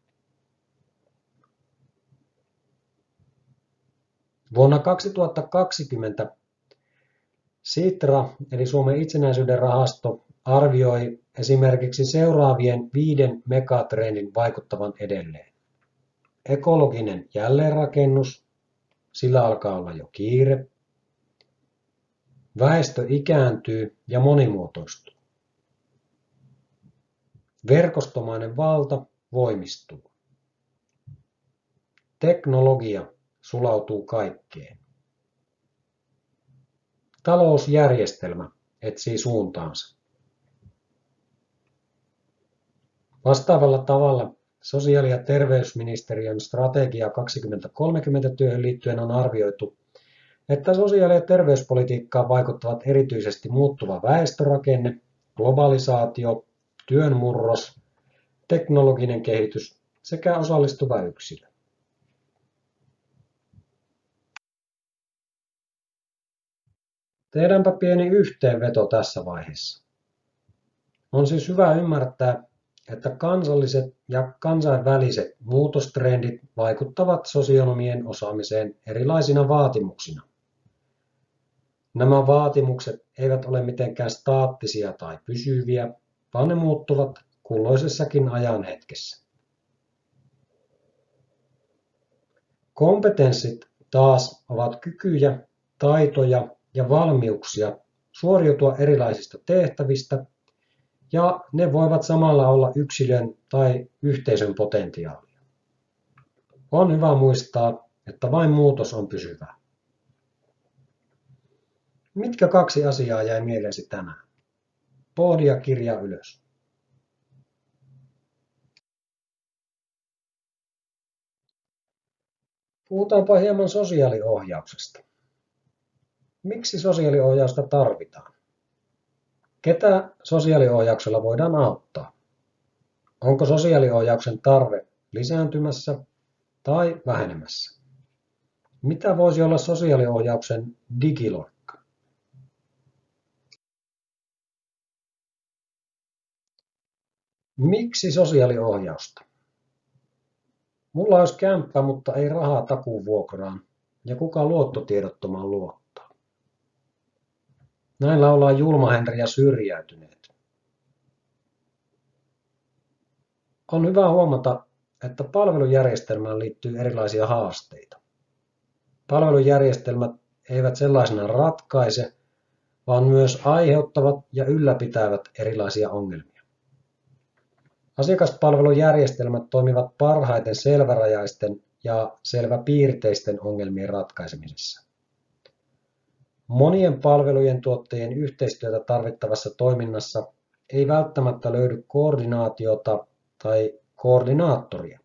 Vuonna kaksituhattakaksikymmentä Sitra eli Suomen itsenäisyyden rahasto arvioi esimerkiksi seuraavien viiden megatrendin vaikuttavan edelleen. Ekologinen jälleenrakennus, sillä alkaa olla jo kiire. Väestö ikääntyy ja monimuotoistuu. Verkostomainen valta voimistuu. Teknologia sulautuu kaikkeen. Talousjärjestelmä etsii suuntaansa. Vastaavalla tavalla sosiaali- ja terveysministeriön strategia kaksituhattakolmekymmentä työhön liittyen on arvioitu, että sosiaali- ja terveyspolitiikkaan vaikuttavat erityisesti muuttuva väestörakenne, globalisaatio, työn murros, teknologinen kehitys sekä osallistuva yksilö. Tehdäänpä pieni yhteenveto tässä vaiheessa. On siis hyvä ymmärtää, että kansalliset ja kansainväliset muutostrendit vaikuttavat sosionomien osaamiseen erilaisina vaatimuksina. Nämä vaatimukset eivät ole mitenkään staattisia tai pysyviä, vaan ne muuttuvat kulloisessakin ajanhetkessä. Kompetenssit taas ovat kykyjä, taitoja ja valmiuksia suoriutua erilaisista tehtävistä, ja ne voivat samalla olla yksilön tai yhteisön potentiaalia. On hyvä muistaa, että vain muutos on pysyvää. Mitkä kaksi asiaa jäi mieleesi tänään? Pohdi ja kirjaa ylös. Puhutaanpa hieman sosiaaliohjauksesta. Miksi sosiaaliohjausta tarvitaan? Ketä sosiaaliohjauksella voidaan auttaa? Onko sosiaaliohjauksen tarve lisääntymässä tai vähenemässä? Mitä voisi olla sosiaaliohjauksen digiloikka? Miksi sosiaaliohjausta? Mulla olisi kämppä, mutta ei rahaa takuuvuokraan. Ja kuka luottotiedottomaan luottaa? Näin laulaa Julma Henri ja Syrjäytyneet. On hyvä huomata, että palvelujärjestelmään liittyy erilaisia haasteita. Palvelujärjestelmät eivät sellaisena ratkaise, vaan myös aiheuttavat ja ylläpitävät erilaisia ongelmia. Asiakaspalvelujärjestelmät toimivat parhaiten selvärajaisten ja selväpiirteisten ongelmien ratkaisemisessa. Monien palvelujen tuottajien yhteistyötä tarvittavassa toiminnassa ei välttämättä löydy koordinaatiota tai koordinaattoria.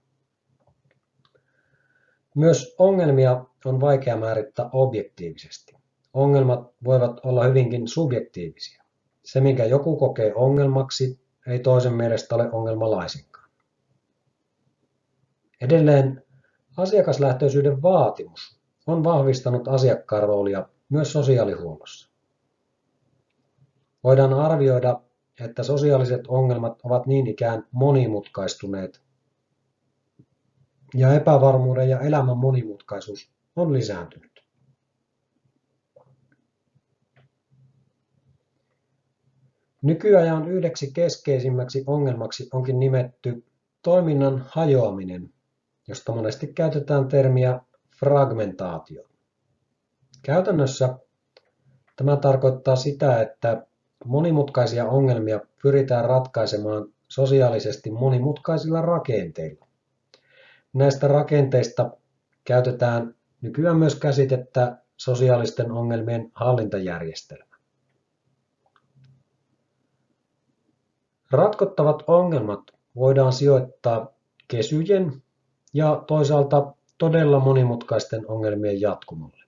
Myös ongelmia on vaikea määrittää objektiivisesti. Ongelmat voivat olla hyvinkin subjektiivisia. Se, minkä joku kokee ongelmaksi, ei toisen mielestä ole ongelma laisinkaan. Edelleen asiakaslähtöisyyden vaatimus on vahvistanut asiakkaan roolia myös sosiaalihuollossa. Voidaan arvioida, että sosiaaliset ongelmat ovat niin ikään monimutkaistuneet ja epävarmuuden ja elämän monimutkaisuus on lisääntynyt. Nykyajan yhdeksi keskeisimmäksi ongelmaksi onkin nimetty toiminnan hajoaminen, josta monesti käytetään termiä fragmentaatio. Käytännössä tämä tarkoittaa sitä, että monimutkaisia ongelmia pyritään ratkaisemaan sosiaalisesti monimutkaisilla rakenteilla. Näistä rakenteista käytetään nykyään myös käsitettä sosiaalisten ongelmien hallintajärjestelmä. Ratkottavat ongelmat voidaan sijoittaa kesyjen ja toisaalta todella monimutkaisten ongelmien jatkumolle.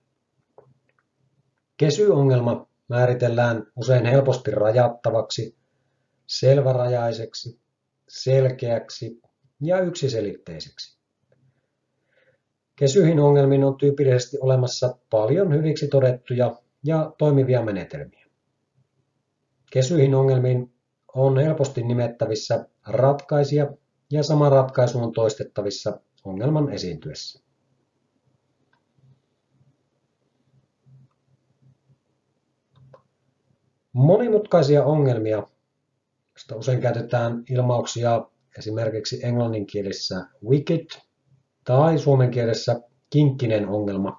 Kesyongelma määritellään usein helposti rajattavaksi, selvärajaiseksi, selkeäksi ja yksiselitteiseksi. Kesyihin ongelmiin on tyypillisesti olemassa paljon hyviksi todettuja ja toimivia menetelmiä. Kesyihin ongelmiin on helposti nimettävissä ratkaisija ja sama ratkaisu on toistettavissa ongelman esiintyessä. Monimutkaisia ongelmia, joista usein käytetään ilmauksia esimerkiksi englanninkielisessä wicked tai suomenkielessä kinkkinen ongelma,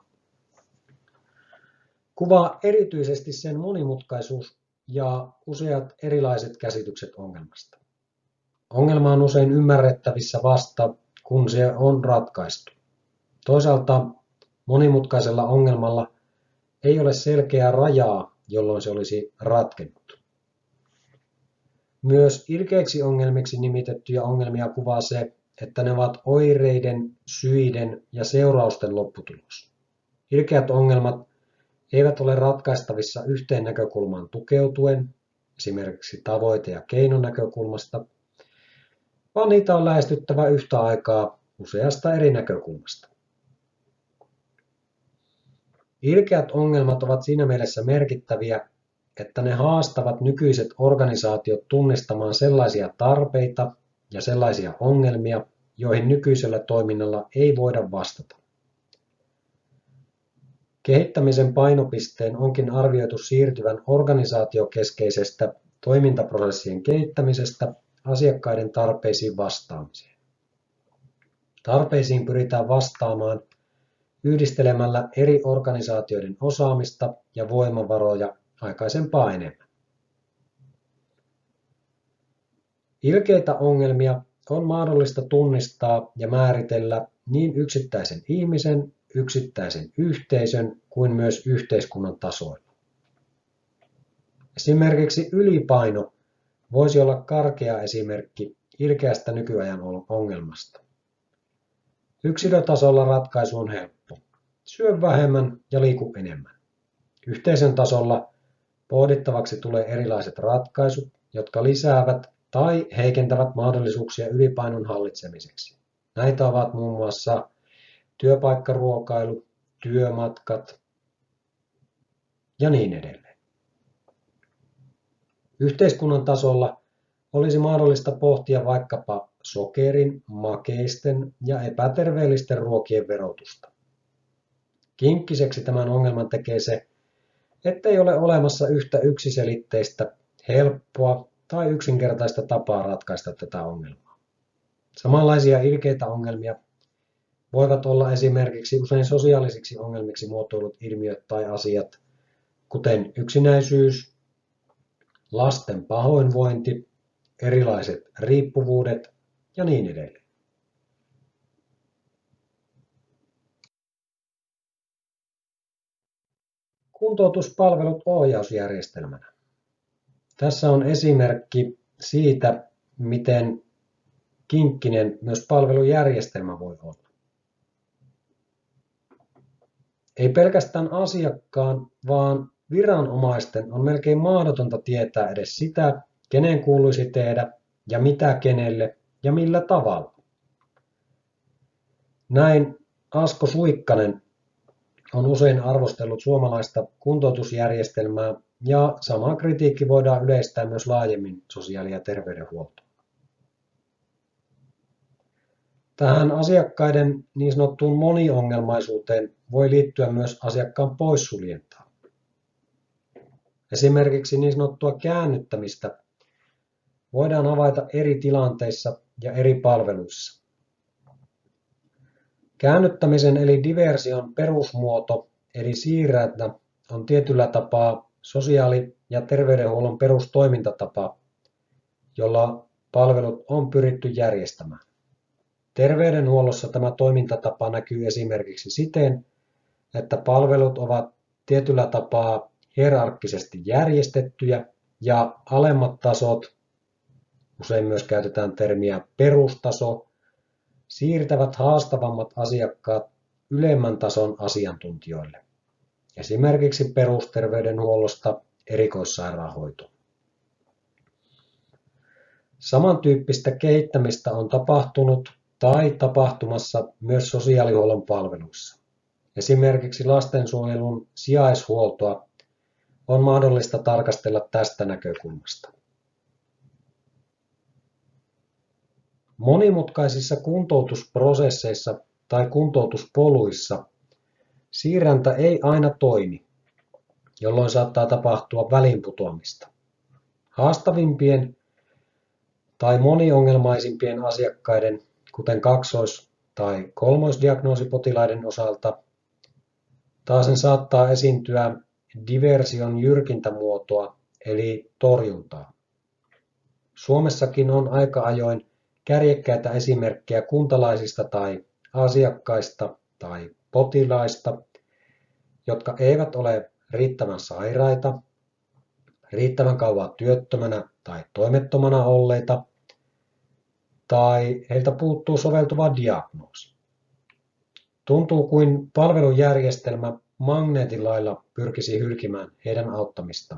kuvaa erityisesti sen monimutkaisuus ja useat erilaiset käsitykset ongelmasta. Ongelma on usein ymmärrettävissä vasta, kun se on ratkaistu. Toisaalta monimutkaisella ongelmalla ei ole selkeää rajaa, jolloin se olisi ratkennut. Myös ilkeiksi ongelmiksi nimitettyjä ongelmia kuvaa se, että ne ovat oireiden, syiden ja seurausten lopputulos. Ilkeät ongelmat eivät ole ratkaistavissa yhteen näkökulmaan tukeutuen, esimerkiksi tavoite- ja keinonäkökulmasta, vaan niitä on lähestyttävä yhtä aikaa useasta eri näkökulmasta. Ilkeät ongelmat ovat siinä mielessä merkittäviä, että ne haastavat nykyiset organisaatiot tunnistamaan sellaisia tarpeita ja sellaisia ongelmia, joihin nykyisellä toiminnalla ei voida vastata. Kehittämisen painopisteen onkin arvioitu siirtyvän organisaatiokeskeisestä toimintaprosessien kehittämisestä asiakkaiden tarpeisiin vastaamiseen. Tarpeisiin pyritään vastaamaan yhdistelemällä eri organisaatioiden osaamista ja voimavaroja aikaisempaa enemmän. Ilkeitä ongelmia on mahdollista tunnistaa ja määritellä niin yksittäisen ihmisen, yksittäisen yhteisön kuin myös yhteiskunnan tasoilla. Esimerkiksi ylipaino voisi olla karkea esimerkki ilkeästä nykyajan ongelmasta. Yksilötasolla ratkaisu on helppo. Syö vähemmän ja liiku enemmän. Yhteisön tasolla pohdittavaksi tulee erilaiset ratkaisut, jotka lisäävät tai heikentävät mahdollisuuksia ylipainon hallitsemiseksi. Näitä ovat muun muassa työpaikkaruokailu, työmatkat ja niin edelleen. Yhteiskunnan tasolla olisi mahdollista pohtia vaikkapa sokerin, makeisten ja epäterveellisten ruokien verotusta. Kinkkiseksi tämän ongelman tekee se, ettei ole olemassa yhtä yksiselitteistä, helppoa tai yksinkertaista tapaa ratkaista tätä ongelmaa. Samanlaisia ilkeitä ongelmia voivat olla esimerkiksi usein sosiaalisiksi ongelmiksi muotoilut ilmiöt tai asiat, kuten yksinäisyys, lasten pahoinvointi, erilaiset riippuvuudet ja niin edelleen. Kuntoutuspalvelut ohjausjärjestelmänä. Tässä on esimerkki siitä, miten kinkkinen myös palvelujärjestelmä voi olla. Ei pelkästään asiakkaan, vaan viranomaisten on melkein mahdotonta tietää edes sitä, kenen kuuluisi tehdä ja mitä kenelle ja millä tavalla. Näin Asko Suikkanen on usein arvostellut suomalaista kuntoutusjärjestelmää ja sama kritiikki voidaan yleistää myös laajemmin sosiaali- ja terveydenhuoltoon. Tähän asiakkaiden niin sanottuun moniongelmaisuuteen voi liittyä myös asiakkaan poissuljentaa. Esimerkiksi niin sanottua käännyttämistä voidaan havaita eri tilanteissa ja eri palveluissa. Käännyttämisen eli diversion perusmuoto eli siirräntä on tietyllä tapaa sosiaali- ja terveydenhuollon perustoimintatapa, jolla palvelut on pyritty järjestämään. Terveydenhuollossa tämä toimintatapa näkyy esimerkiksi siten, että palvelut ovat tietyllä tapaa hierarkkisesti järjestettyjä ja alemmat tasot, usein myös käytetään termiä perustaso, siirtävät haastavammat asiakkaat ylemmän tason asiantuntijoille, esimerkiksi perusterveydenhuollosta erikoissairaanhoitoon. Samantyyppistä kehittämistä on tapahtunut tai tapahtumassa myös sosiaalihuollon palveluissa. Esimerkiksi lastensuojelun sijaishuoltoa on mahdollista tarkastella tästä näkökulmasta. Monimutkaisissa kuntoutusprosesseissa tai kuntoutuspoluissa siirräntä ei aina toimi, jolloin saattaa tapahtua väliinputoamista. Haastavimpien tai moniongelmaisimpien asiakkaiden, kuten kaksois- tai kolmoisdiagnoosipotilaiden osalta, taasen saattaa esiintyä diversion jyrkintämuotoa eli torjuntaa. Suomessakin on aika ajoin kärjekkäitä esimerkkejä kuntalaisista tai asiakkaista tai potilaista, jotka eivät ole riittävän sairaita, riittävän kauan työttömänä tai toimettomana olleita, tai heiltä puuttuu soveltuva diagnoosi. Tuntuu kuin palvelujärjestelmä magneetin lailla pyrkisi hylkimään heidän auttamistaan.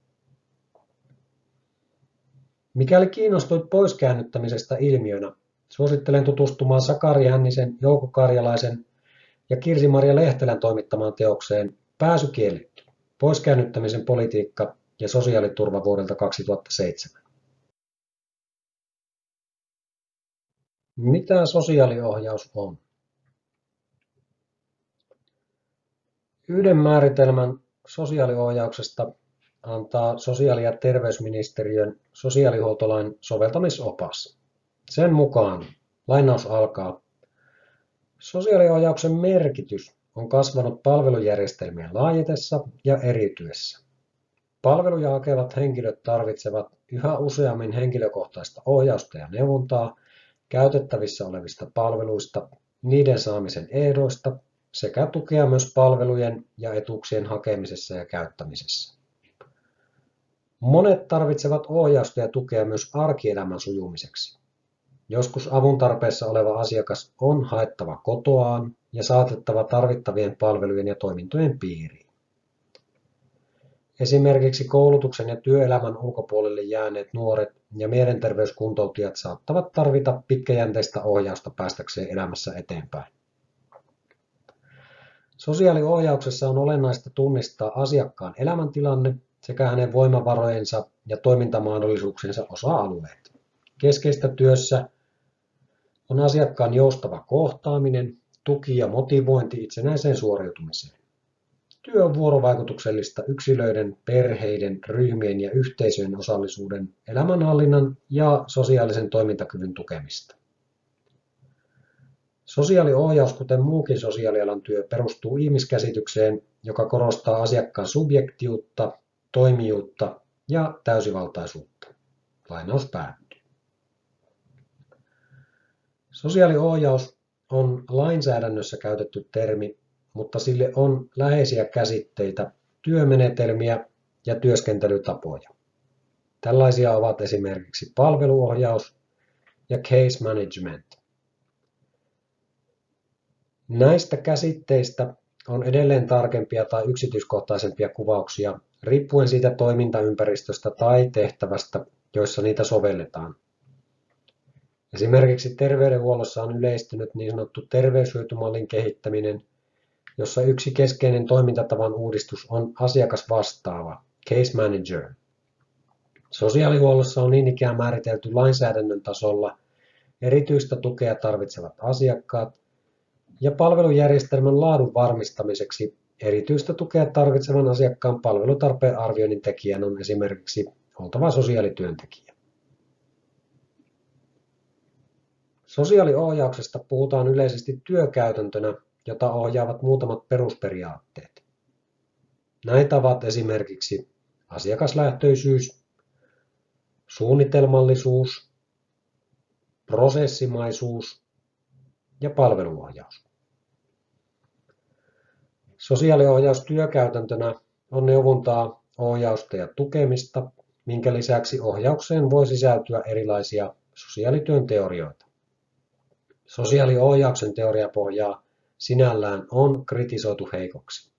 Mikäli kiinnostuit poiskäännyttämisestä ilmiönä, suosittelen tutustumaan Sakari Hännisen, Jouko Karjalaisen ja Kirsi-Maria Lehtelän toimittamaan teokseen Pääsy kielletty, poiskäännyttämisen politiikka ja sosiaaliturva vuodelta kaksituhattaseitsemän. Mitä sosiaaliohjaus on? Yhden määritelmän sosiaaliohjauksesta antaa sosiaali- ja terveysministeriön sosiaalihuoltolain soveltamisopas. Sen mukaan, lainaus alkaa, sosiaaliohjauksen merkitys on kasvanut palvelujärjestelmien laajetessa ja eriytyessä. Palveluja hakevat henkilöt tarvitsevat yhä useammin henkilökohtaista ohjausta ja neuvontaa käytettävissä olevista palveluista, niiden saamisen ehdoista sekä tukea myös palvelujen ja etuuksien hakemisessa ja käyttämisessä. Monet tarvitsevat ohjausta ja tukea myös arkielämän sujumiseksi. Joskus avun tarpeessa oleva asiakas on haettava kotoaan ja saatettava tarvittavien palvelujen ja toimintojen piiriin. Esimerkiksi koulutuksen ja työelämän ulkopuolelle jääneet nuoret ja mielenterveyskuntoutujat saattavat tarvita pitkäjänteistä ohjausta päästäkseen elämässä eteenpäin. Sosiaaliohjauksessa on olennaista tunnistaa asiakkaan elämäntilanne sekä hänen voimavarojensa ja toimintamahdollisuuksiensa osa-alueet. Keskeistä työssä on asiakkaan joustava kohtaaminen, tuki ja motivointi itsenäiseen suoriutumiseen. Työ on vuorovaikutuksellista yksilöiden, perheiden, ryhmien ja yhteisöjen osallisuuden, elämänhallinnan ja sosiaalisen toimintakyvyn tukemista. Sosiaaliohjaus, kuten muukin sosiaalialan työ, perustuu ihmiskäsitykseen, joka korostaa asiakkaan subjektiutta, toimijuutta ja täysivaltaisuutta. Lainaus päättyy. Sosiaaliohjaus on lainsäädännössä käytetty termi, mutta sille on läheisiä käsitteitä, työmenetelmiä ja työskentelytapoja. Tällaisia ovat esimerkiksi palveluohjaus ja case management. Näistä käsitteistä on edelleen tarkempia tai yksityiskohtaisempia kuvauksia riippuen siitä toimintaympäristöstä tai tehtävästä, joissa niitä sovelletaan. Esimerkiksi terveydenhuollossa on yleistynyt niin sanottu terveyshyötymallin kehittäminen, jossa yksi keskeinen toimintatavan uudistus on asiakasvastaava, case manager. Sosiaalihuollossa on niin ikään määritelty lainsäädännön tasolla erityistä tukea tarvitsevat asiakkaat, ja palvelujärjestelmän laadun varmistamiseksi erityistä tukea tarvitsevan asiakkaan palvelutarpeen arvioinnin tekijän on esimerkiksi oltava sosiaalityöntekijä. Sosiaaliohjauksesta puhutaan yleisesti työkäytäntönä, jota ohjaavat muutamat perusperiaatteet. Näitä ovat esimerkiksi asiakaslähtöisyys, suunnitelmallisuus, prosessimaisuus ja palveluohjaus. Sosiaaliohjaus työkäytäntönä on neuvontaa, ohjausta ja tukemista, minkä lisäksi ohjaukseen voi sisältyä erilaisia sosiaalityön teorioita. Sosiaaliohjauksen teoriapohjaa sinällään on kritisoitu heikoksi.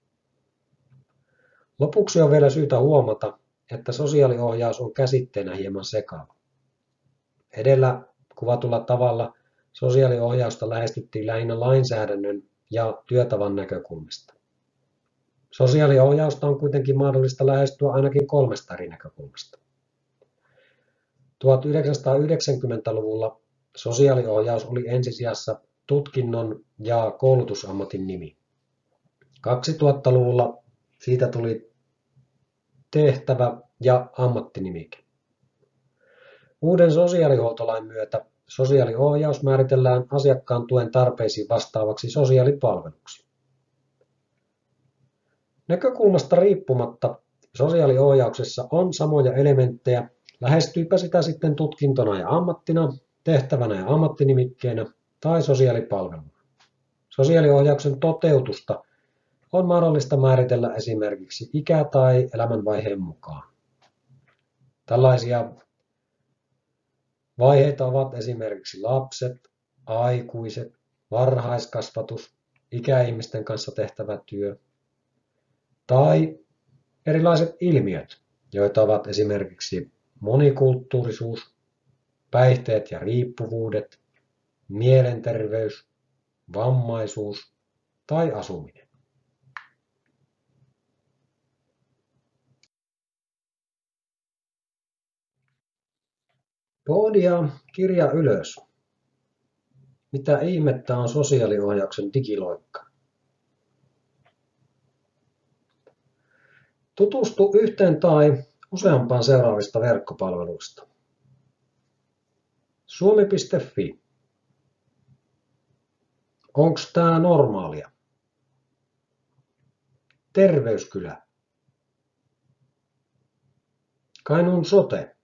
Lopuksi on vielä syytä huomata, että sosiaaliohjaus on käsitteenä hieman sekava. Edellä kuvatulla tavalla sosiaaliohjausta lähestyttiin lähinnä lainsäädännön ja työtavan näkökulmista. Sosiaaliohjausta on kuitenkin mahdollista lähestyä ainakin kolmesta eri näkökulmasta. tuhatyhdeksänsataayhdeksänkymmentäluvulla sosiaaliohjaus oli ensisijassa tutkinnon ja koulutusammatin nimi. kaksituhattaluvulla siitä tuli tehtävä ja ammattinimike. Uuden sosiaalihuoltolain myötä sosiaaliohjaus määritellään asiakkaan tuen tarpeisiin vastaavaksi sosiaalipalveluksi. Näkökulmasta riippumatta sosiaaliohjauksessa on samoja elementtejä, lähestyypä sitä sitten tutkintona ja ammattina, tehtävänä ja ammattinimikkeenä tai sosiaalipalveluna. Sosiaaliohjauksen toteutusta on mahdollista määritellä esimerkiksi ikä- tai elämänvaiheen mukaan. Tällaisia vaiheita ovat esimerkiksi lapset, aikuiset, varhaiskasvatus, ikäihmisten kanssa tehtävä työ tai erilaiset ilmiöt, joita ovat esimerkiksi monikulttuurisuus, päihteet ja riippuvuudet, mielenterveys, vammaisuus tai asuminen. Pohdi ja kirja ylös. Mitä ihmettä on sosiaaliohjauksen digiloikka? Tutustu yhteen tai useampaan seuraavista verkkopalveluista. Suomi piste fi. Onks tää normaalia? Terveyskylä. Kainuun sote.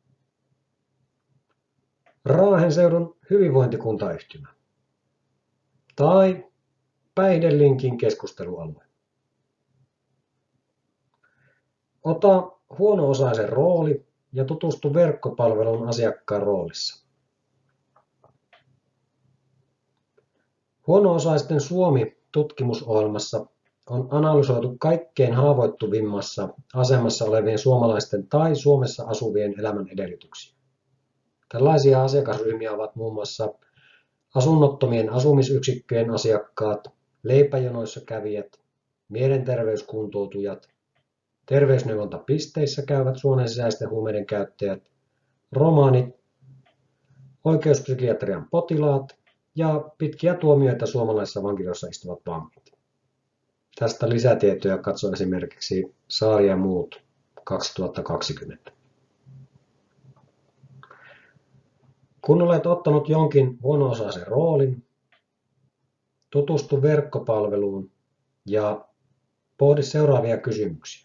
Raahen seudun hyvinvointikuntayhtymä. Tai Päihdelinkin keskustelualue. Ota huono-osaisen rooli ja tutustu verkkopalvelun asiakkaan roolissa. Huono-osaisten Suomi-tutkimusohjelmassa on analysoitu kaikkein haavoittuvimmassa asemassa olevien suomalaisten tai Suomessa asuvien elämän edellytyksiä. Tällaisia asiakasryhmiä ovat muun muassa asunnottomien asumisyksikköjen asiakkaat, leipäjonoissa kävijät, mielenterveyskuntoutujat, terveysneuvontapisteissä käyvät suonensisäisten huumeiden käyttäjät, romaanit, oikeuspsykiatrian potilaat ja pitkiä tuomioita suomalaisissa vankiloissa istuvat vangit. Tästä lisätietoja katso esimerkiksi Saari ja muut kaksituhattakaksikymmentä. Kun olet ottanut jonkin huono-osaisen roolin, tutustu verkkopalveluun ja pohdi seuraavia kysymyksiä.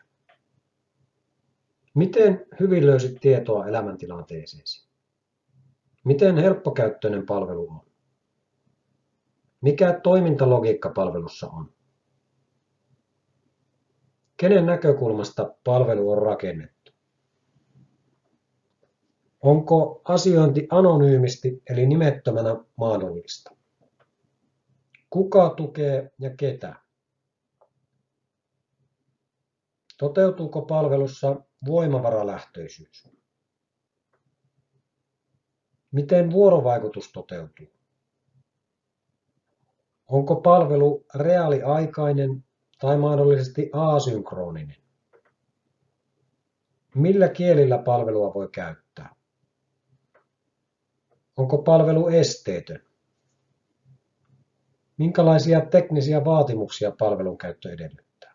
Miten hyvin löysit tietoa elämäntilanteeseesi? Miten helppokäyttöinen palvelu on? Mikä toimintalogiikka palvelussa on? Kenen näkökulmasta palvelu on rakennettu? Onko asiointi anonyymisti eli nimettömänä mahdollista? Kuka tukee ja ketä? Toteutuuko palvelussa voimavaralähtöisyys? Miten vuorovaikutus toteutuu? Onko palvelu reaaliaikainen tai mahdollisesti asynkroninen? Millä kielillä palvelua voi käyttää? Onko palvelu esteetön? Minkälaisia teknisiä vaatimuksia palvelun käyttö edellyttää?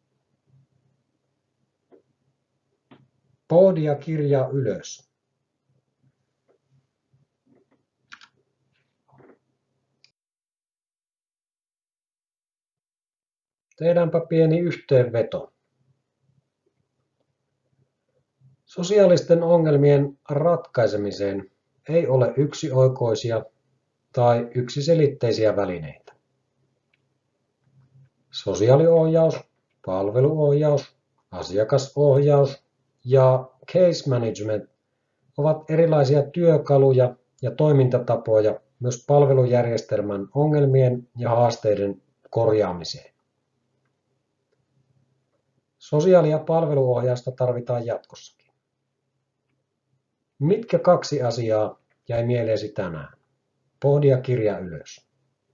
Pohdi ja kirjaa ylös. Tehdäänpä pieni yhteenveto. Sosiaalisten ongelmien ratkaisemiseen ei ole yksioikoisia tai yksiselitteisiä välineitä. Sosiaaliohjaus, palveluohjaus, asiakasohjaus ja case management ovat erilaisia työkaluja ja toimintatapoja myös palvelujärjestelmän ongelmien ja haasteiden korjaamiseen. Sosiaali- ja palveluohjausta tarvitaan jatkossakin. Mitkä kaksi asiaa jäi mieleesi tänään? Pohdi ja kirjaa ylös.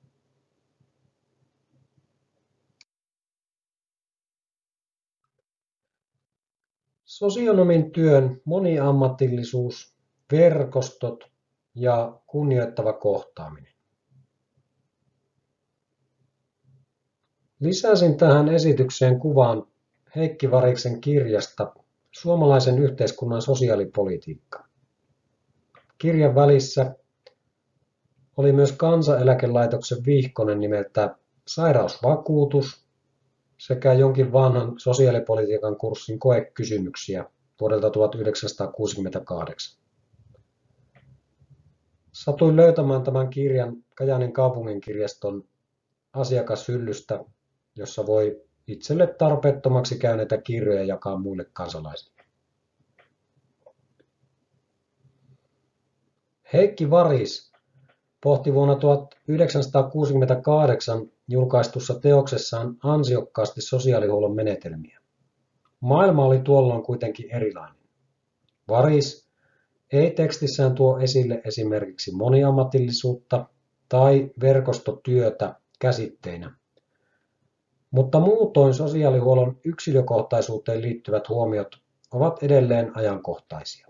Sosionomin työn moniammatillisuus, verkostot ja kunnioittava kohtaaminen. Lisäsin tähän esitykseen kuvan Heikki Variksen kirjasta Suomalaisen yhteiskunnan sosiaalipolitiikka. Kirjan välissä oli myös Kansaneläkelaitoksen vihkonen nimeltä Sairausvakuutus sekä jonkin vanhan sosiaalipolitiikan kurssin koekysymyksiä vuodelta tuhatyhdeksänsataakuusikymmentäkahdeksan. Satuin löytämään tämän kirjan Kajaanin kaupunginkirjaston asiakashyllystä, jossa voi itselle tarpeettomaksi käyneitä kirjoja jakaa muille kansalaisille. Heikki Varis pohti vuonna tuhatyhdeksänsataakuusikymmentäkahdeksan julkaistussa teoksessaan ansiokkaasti sosiaalihuollon menetelmiä. Maailma oli tuolloin kuitenkin erilainen. Varis ei tekstissään tuo esille esimerkiksi moniammatillisuutta tai verkostotyötä käsitteinä, mutta muutoin sosiaalihuollon yksilökohtaisuuteen liittyvät huomiot ovat edelleen ajankohtaisia.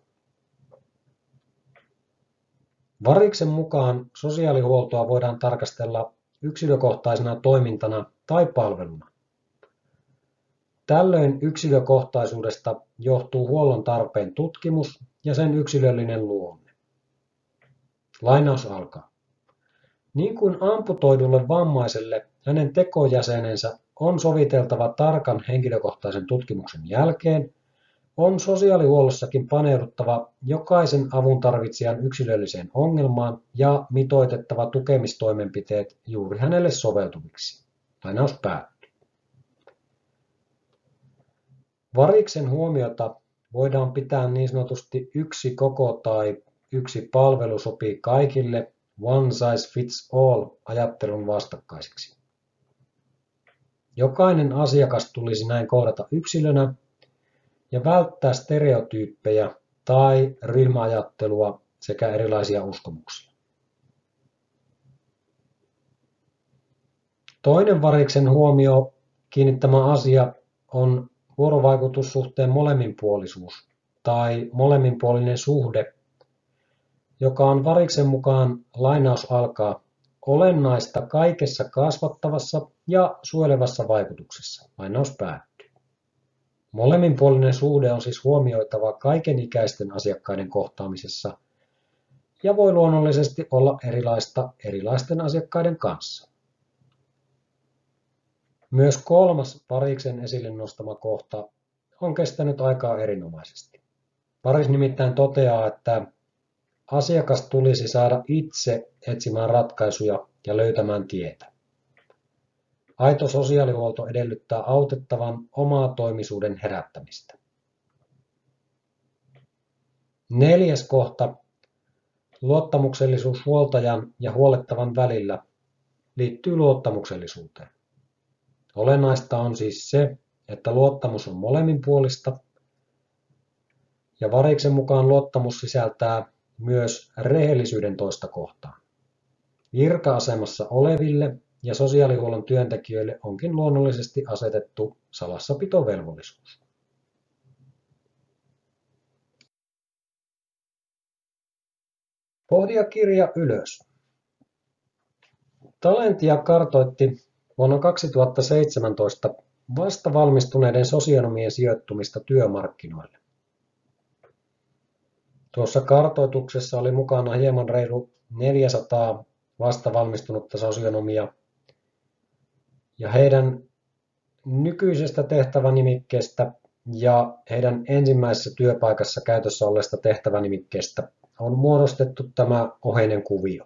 Variksen mukaan sosiaalihuoltoa voidaan tarkastella yksilökohtaisena toimintana tai palveluna. Tällöin yksilökohtaisuudesta johtuu huollon tarpeen tutkimus ja sen yksilöllinen luonne. Lainaus alkaa. Niin kuin amputoidulle vammaiselle hänen tekojäsenensä on soviteltava tarkan henkilökohtaisen tutkimuksen jälkeen, on sosiaalihuollossakin paneuduttava jokaisen avuntarvitsijan yksilölliseen ongelmaan ja mitoitettava tukemistoimenpiteet juuri hänelle soveltuviksi. Lainaus päättyy. Variksen huomiota voidaan pitää niin sanotusti yksi koko tai yksi palvelu sopii kaikille one size fits all ajattelun vastakkaiseksi. Jokainen asiakas tulisi näin kohdata yksilönä ja välttää stereotyyppejä tai ryhmäajattelua sekä erilaisia uskomuksia. Toinen variksen huomio kiinnittämä asia on vuorovaikutussuhteen molemminpuolisuus tai molemminpuolinen suhde, joka on variksen mukaan, lainaus alkaa, olennaista kaikessa kasvattavassa ja suojelevassa vaikutuksessa. Lainaus päättyy. Molemminpuolinen suhde on siis huomioitava kaikenikäisten asiakkaiden kohtaamisessa ja voi luonnollisesti olla erilaista erilaisten asiakkaiden kanssa. Myös kolmas variksen esille nostama kohta on kestänyt aikaa erinomaisesti. Varis nimittäin toteaa, että asiakas tulisi saada itse etsimään ratkaisuja ja löytämään tietä. Aito sosiaalihuolto edellyttää autettavan omaa toimisuuden herättämistä. Neljäs kohta, luottamuksellisuus huoltajan ja huollettavan välillä, liittyy luottamuksellisuuteen. Olennaista on siis se, että luottamus on molemminpuolista, ja variksen mukaan luottamus sisältää myös rehellisyyden toista kohtaan. Virka-asemassa oleville ja sosiaalihuollon työntekijöille onkin luonnollisesti asetettu salassapitovelvollisuus. Pohdia kirja ylös. Talentia kartoitti vuonna kaksituhattaseitsemäntoista vasta valmistuneiden sosionomien sijoittumista työmarkkinoille. Tuossa kartoituksessa oli mukana hieman reilu neljäsataa vasta valmistunutta sosionomia, ja heidän nykyisestä tehtävänimikkeestä ja heidän ensimmäisessä työpaikassa käytössä olleesta tehtävänimikkeestä on muodostettu tämä oheinen kuvio.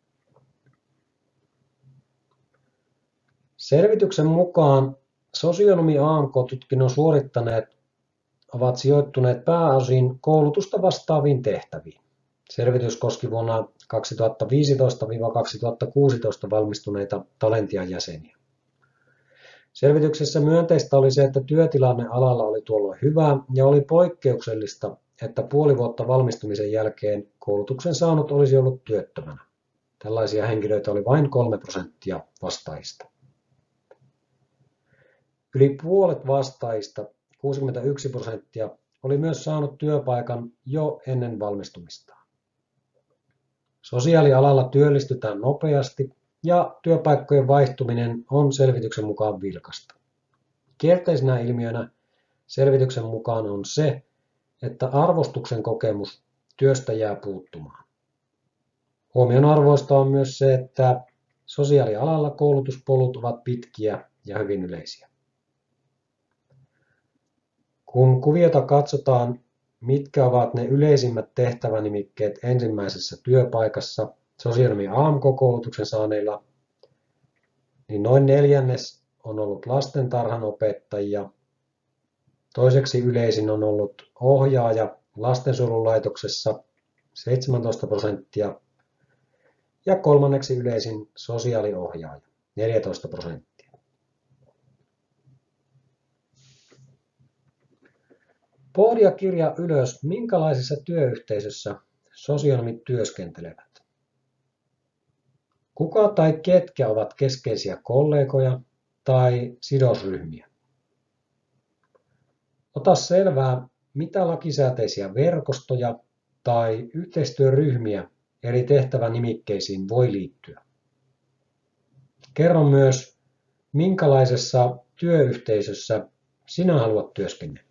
Selvityksen mukaan sosionomi A M K-tutkinnon suorittaneet ovat sijoittuneet pääosin koulutusta vastaaviin tehtäviin. Selvitys koski vuonna kaksituhattaviisitoista kaksituhattakuusitoista valmistuneita Talentian jäseniä. Selvityksessä myönteistä oli se, että työtilanne alalla oli tuolloin hyvä ja oli poikkeuksellista, että puoli vuotta valmistumisen jälkeen koulutuksen saanut olisi ollut työttömänä. Tällaisia henkilöitä oli vain kolme prosenttia vastaajista. Yli puolet vastaajista, kuusikymmentäyksi prosenttia, oli myös saanut työpaikan jo ennen valmistumistaan. Sosiaalialalla työllistytään nopeasti ja työpaikkojen vaihtuminen on selvityksen mukaan vilkasta. Kielteisenä ilmiönä selvityksen mukaan on se, että arvostuksen kokemus työstä jää puuttumaan. Huomionarvoista on myös se, että sosiaalialalla koulutuspolut ovat pitkiä ja hyvin yleisiä. Kun kuviota katsotaan, mitkä ovat ne yleisimmät tehtävänimikkeet ensimmäisessä työpaikassa sosionomi A M K-koulutuksen saaneilla, niin noin neljännes on ollut lastentarhanopettajia, toiseksi yleisin on ollut ohjaaja lastensuojelulaitoksessa seitsemäntoista prosenttia ja kolmanneksi yleisin sosiaaliohjaaja neljätoista prosenttia. Pohdia kirja ylös, minkälaisessa työyhteisössä sosionomit työskentelevät. Kuka tai ketkä ovat keskeisiä kollegoja tai sidosryhmiä? Ota selvää, mitä lakisääteisiä verkostoja tai yhteistyöryhmiä eri tehtävänimikkeisiin voi liittyä. Kerro myös, minkälaisessa työyhteisössä sinä haluat työskennellä.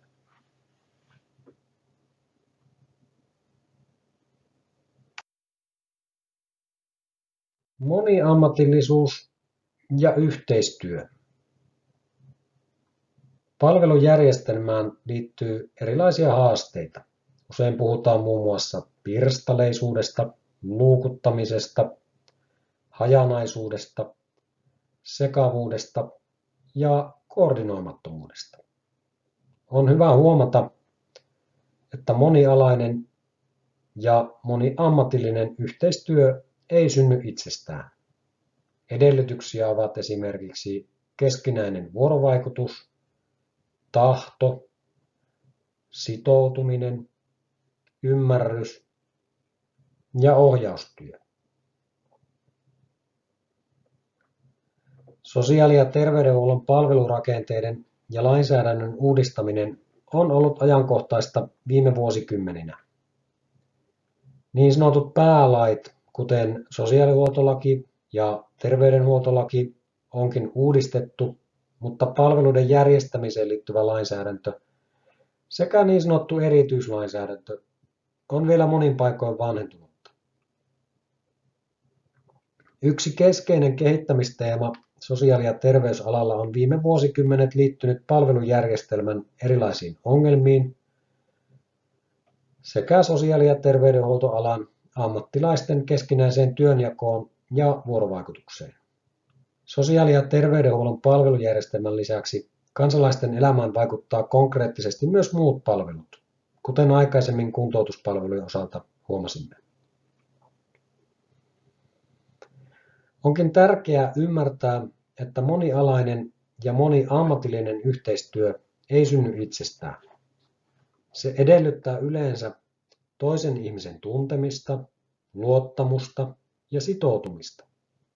Moniammatillisuus ja yhteistyö. Palvelujärjestelmään liittyy erilaisia haasteita. Usein puhutaan muun muassa pirstaleisuudesta, luukuttamisesta, hajanaisuudesta, sekavuudesta ja koordinoimattomuudesta. On hyvä huomata, että monialainen ja moniammatillinen yhteistyö ei synny itsestään. Edellytyksiä ovat esimerkiksi keskinäinen vuorovaikutus, tahto, sitoutuminen, ymmärrys ja ohjaustyö. Sosiaali- ja terveydenhuollon palvelurakenteiden ja lainsäädännön uudistaminen on ollut ajankohtaista viime vuosikymmeninä. Niin sanotut päälait, kuten sosiaalihuoltolaki ja terveydenhuoltolaki, onkin uudistettu, mutta palveluiden järjestämiseen liittyvä lainsäädäntö sekä niin sanottu erityislainsäädäntö on vielä monin paikoin vanhentunutta. Yksi keskeinen kehittämisteema sosiaali- ja terveysalalla on viime vuosikymmenet liittynyt palvelujärjestelmän erilaisiin ongelmiin sekä sosiaali- ja terveydenhuoltoalan ammattilaisten keskinäiseen työnjakoon ja vuorovaikutukseen. Sosiaali- ja terveydenhuollon palvelujärjestelmän lisäksi kansalaisten elämään vaikuttaa konkreettisesti myös muut palvelut, kuten aikaisemmin kuntoutuspalvelujen osalta huomasimme. Onkin tärkeää ymmärtää, että monialainen ja moniammatillinen yhteistyö ei synny itsestään. Se edellyttää yleensä toisen ihmisen tuntemista, luottamusta ja sitoutumista.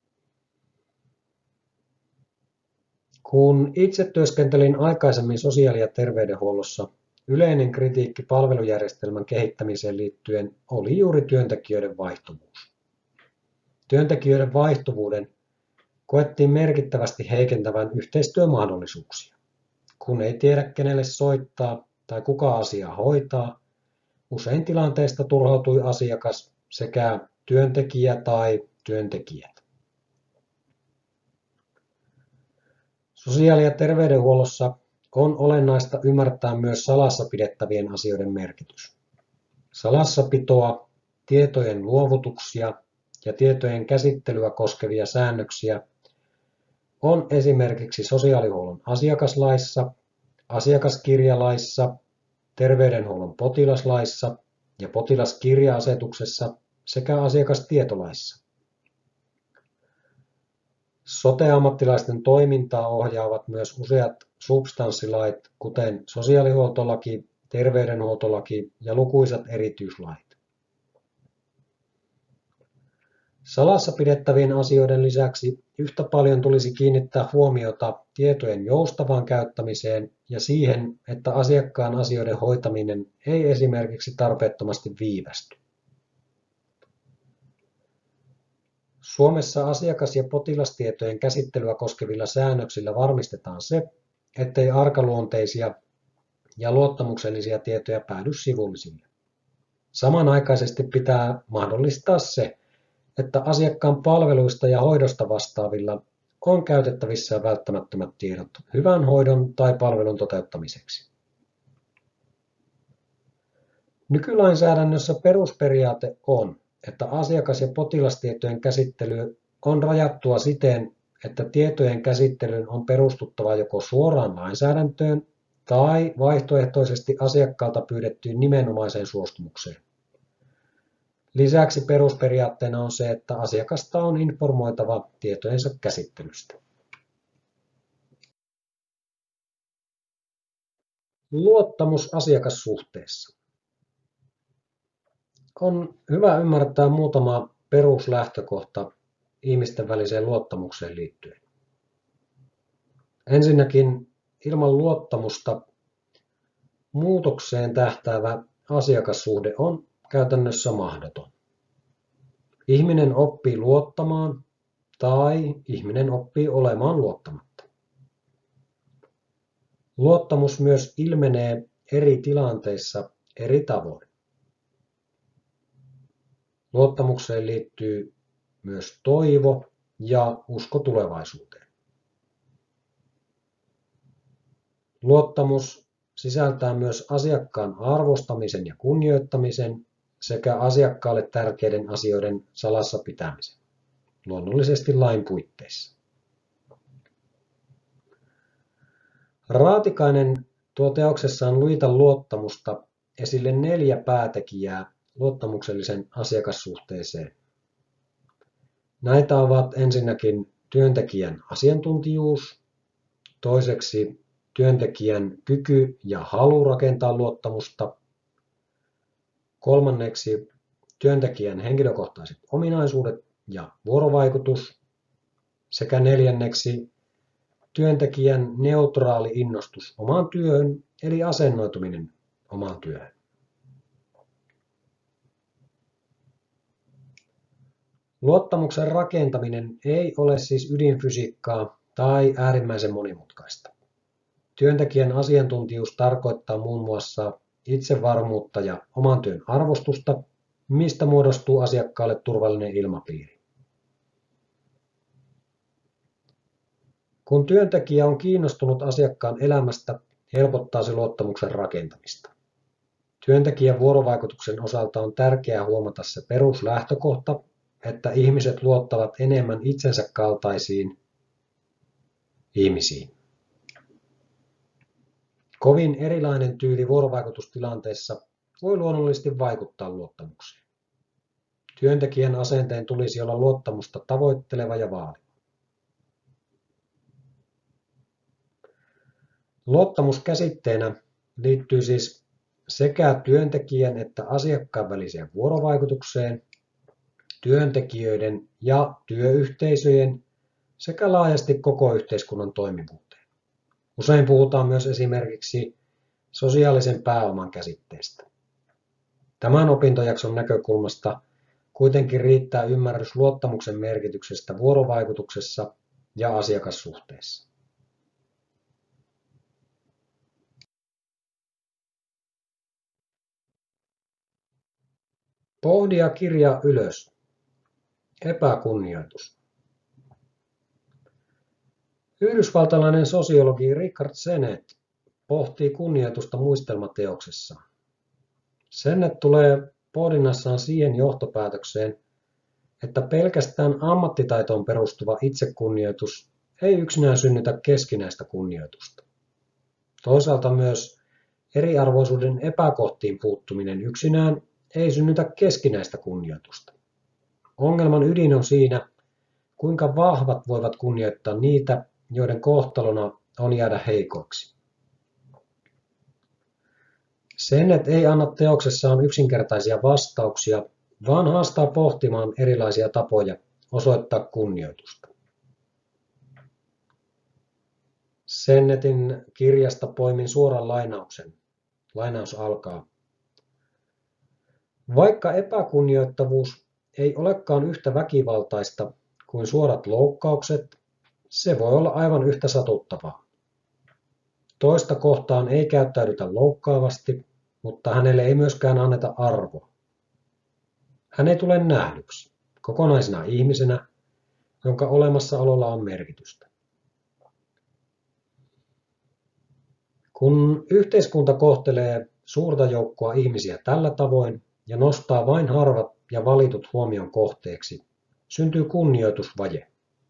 Kun itse työskentelin aikaisemmin sosiaali- ja terveydenhuollossa, yleinen kritiikki palvelujärjestelmän kehittämiseen liittyen oli juuri työntekijöiden vaihtuvuus. Työntekijöiden vaihtuvuuden koettiin merkittävästi heikentävän yhteistyömahdollisuuksia. Kun ei tiedä kenelle soittaa tai kuka asiaa hoitaa, usein tilanteesta turhautui asiakas sekä työntekijä tai työntekijät. Sosiaali- ja terveydenhuollossa on olennaista ymmärtää myös salassa pidettävien asioiden merkitys. Salassapitoa, tietojen luovutuksia ja tietojen käsittelyä koskevia säännöksiä on esimerkiksi sosiaalihuollon asiakaslaissa, asiakaskirjalaissa, terveydenhuollon potilaslaissa ja potilaskirja-asetuksessa sekä asiakastietolaissa. Sote-ammattilaisten toimintaa ohjaavat myös useat substanssilait, kuten sosiaalihuoltolaki, terveydenhuoltolaki ja lukuisat erityislait. Salassa pidettävien asioiden lisäksi yhtä paljon tulisi kiinnittää huomiota tietojen joustavaan käyttämiseen ja siihen, että asiakkaan asioiden hoitaminen ei esimerkiksi tarpeettomasti viivästy. Suomessa asiakas- ja potilastietojen käsittelyä koskevilla säännöksillä varmistetaan se, ettei arkaluonteisia ja luottamuksellisia tietoja päädy sivullisille. Samanaikaisesti pitää mahdollistaa se, että asiakkaan palveluista ja hoidosta vastaavilla on käytettävissä välttämättömät tiedot hyvän hoidon tai palvelun toteuttamiseksi. Nykylainsäädännössä perusperiaate on, että asiakas- ja potilastietojen käsittely on rajattua siten, että tietojen käsittelyn on perustuttava joko suoraan lainsäädäntöön tai vaihtoehtoisesti asiakkaalta pyydettyyn nimenomaiseen suostumukseen. Lisäksi perusperiaatteena on se, että asiakasta on informoitava tietojensa käsittelystä. Luottamus asiakassuhteessa. On hyvä ymmärtää muutama peruslähtökohta ihmisten väliseen luottamukseen liittyen. Ensinnäkin ilman luottamusta muutokseen tähtäävä asiakassuhde on käytännössä mahdoton. Ihminen oppii luottamaan tai ihminen oppii olemaan luottamatta. Luottamus myös ilmenee eri tilanteissa eri tavoin. Luottamukseen liittyy myös toivo ja usko tulevaisuuteen. Luottamus sisältää myös asiakkaan arvostamisen ja kunnioittamisen sekä asiakkaalle tärkeiden asioiden salassa pitämisen, luonnollisesti lain puitteissa. Raatikainen tuo teoksessaan Lujita luottamusta esille neljä päätekijää luottamuksellisen asiakassuhteeseen. Näitä ovat ensinnäkin työntekijän asiantuntijuus, Toiseksi työntekijän kyky ja halu rakentaa luottamusta. Kolmanneksi työntekijän henkilökohtaiset ominaisuudet ja vuorovaikutus. Sekä neljänneksi työntekijän neutraali innostus omaan työhön, eli asennoituminen omaan työhön. Luottamuksen rakentaminen ei ole siis ydinfysiikkaa tai äärimmäisen monimutkaista. Työntekijän asiantuntijuus tarkoittaa muun muassa itsevarmuutta ja oman työn arvostusta, mistä muodostuu asiakkaalle turvallinen ilmapiiri. Kun työntekijä on kiinnostunut asiakkaan elämästä, helpottaa se luottamuksen rakentamista. Työntekijän vuorovaikutuksen osalta on tärkeää huomata se peruslähtökohta, että ihmiset luottavat enemmän itsensä kaltaisiin ihmisiin. Kovin erilainen tyyli vuorovaikutustilanteessa voi luonnollisesti vaikuttaa luottamukseen. Työntekijän asenteen tulisi olla luottamusta tavoitteleva ja vaaliva. Luottamus käsitteenä liittyy siis sekä työntekijän että asiakkaan väliseen vuorovaikutukseen, työntekijöiden ja työyhteisöjen sekä laajasti koko yhteiskunnan toimivuuteen. Usein puhutaan myös esimerkiksi sosiaalisen pääoman käsitteestä. Tämän opintojakson näkökulmasta kuitenkin riittää ymmärrys luottamuksen merkityksestä vuorovaikutuksessa ja asiakassuhteessa. Pohdi ja kirjaa ylös. Epäkunnioitus. Yhdysvaltalainen sosiologi Richard Sennett pohtii kunnioitusta muistelmateoksessaan. Sennett tulee pohdinnassaan siihen johtopäätökseen, että pelkästään ammattitaitoon perustuva itsekunnioitus ei yksinään synnytä keskinäistä kunnioitusta. Toisaalta myös eriarvoisuuden epäkohtiin puuttuminen yksinään ei synnytä keskinäistä kunnioitusta. Ongelman ydin on siinä, kuinka vahvat voivat kunnioittaa niitä, joiden kohtalona on jäädä heikoiksi. Sennett ei anna teoksessaan yksinkertaisia vastauksia, vaan haastaa pohtimaan erilaisia tapoja osoittaa kunnioitusta. Sennettin kirjasta poimin suoran lainauksen. Lainaus alkaa. Vaikka epäkunnioittavuus ei olekaan yhtä väkivaltaista kuin suorat loukkaukset, se voi olla aivan yhtä satuttavaa. Toista kohtaan ei käyttäydytä loukkaavasti, mutta hänelle ei myöskään anneta arvoa. Hän ei tule nähdyksi, kokonaisena ihmisenä, jonka olemassaololla on merkitystä. Kun yhteiskunta kohtelee suurta joukkoa ihmisiä tällä tavoin ja nostaa vain harvat ja valitut huomion kohteeksi, syntyy kunnioitusvaje.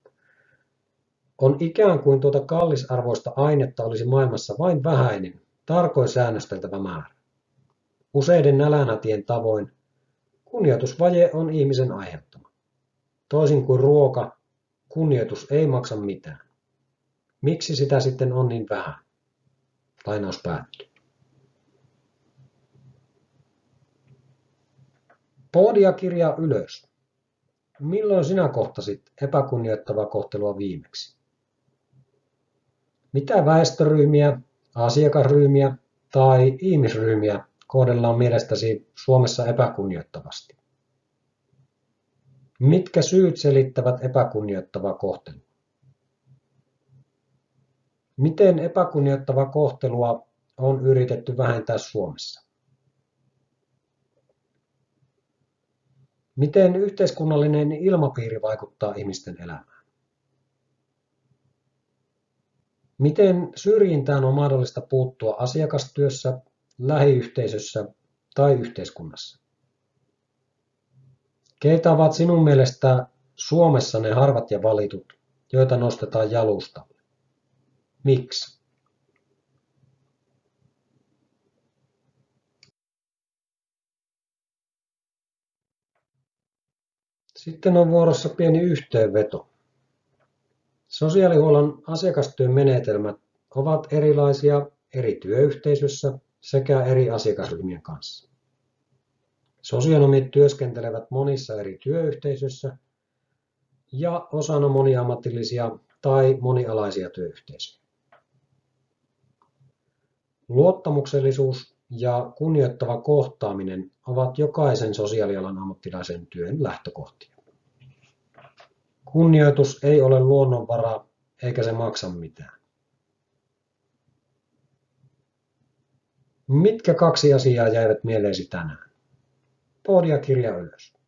On ikään kuin tuota kallisarvoista ainetta olisi maailmassa vain vähäinen, tarkoin säännösteltävä määrä. Useiden nälänhätien tavoin kunnioitusvaje on ihmisen aiheuttama. Toisin kuin ruoka, kunnioitus ei maksa mitään. Miksi sitä sitten on niin vähän? Lainaus päättyy. Pohdi ja kirjaa ylös. Milloin sinä kohtasit epäkunnioittavaa kohtelua viimeksi? Mitä väestöryhmiä, asiakasryhmiä tai ihmisryhmiä kohdellaan mielestäsi Suomessa epäkunnioittavasti? Mitkä syyt selittävät epäkunnioittavaa kohtelua? Miten epäkunnioittavaa kohtelua on yritetty vähentää Suomessa? Miten yhteiskunnallinen ilmapiiri vaikuttaa ihmisten elämään? Miten syrjintään on mahdollista puuttua asiakastyössä, lähiyhteisössä tai yhteiskunnassa? Keitä ovat sinun mielestä Suomessa ne harvat ja valitut, joita nostetaan jalustalle? Miksi? Sitten on vuorossa pieni yhteenveto. Sosiaalihuollon asiakastyön menetelmät ovat erilaisia eri työyhteisöissä sekä eri asiakasryhmien kanssa. Sosionomit työskentelevät monissa eri työyhteisöissä ja osana moniammatillisia tai monialaisia työyhteisöjä. Luottamuksellisuus ja kunnioittava kohtaaminen ovat jokaisen sosiaalialan ammattilaisen työn lähtökohtia. Kunnioitus ei ole luonnonvara eikä se maksa mitään. Mitkä kaksi asiaa jäivät mieleesi tänään? Pohdi ja kirjaa ylös.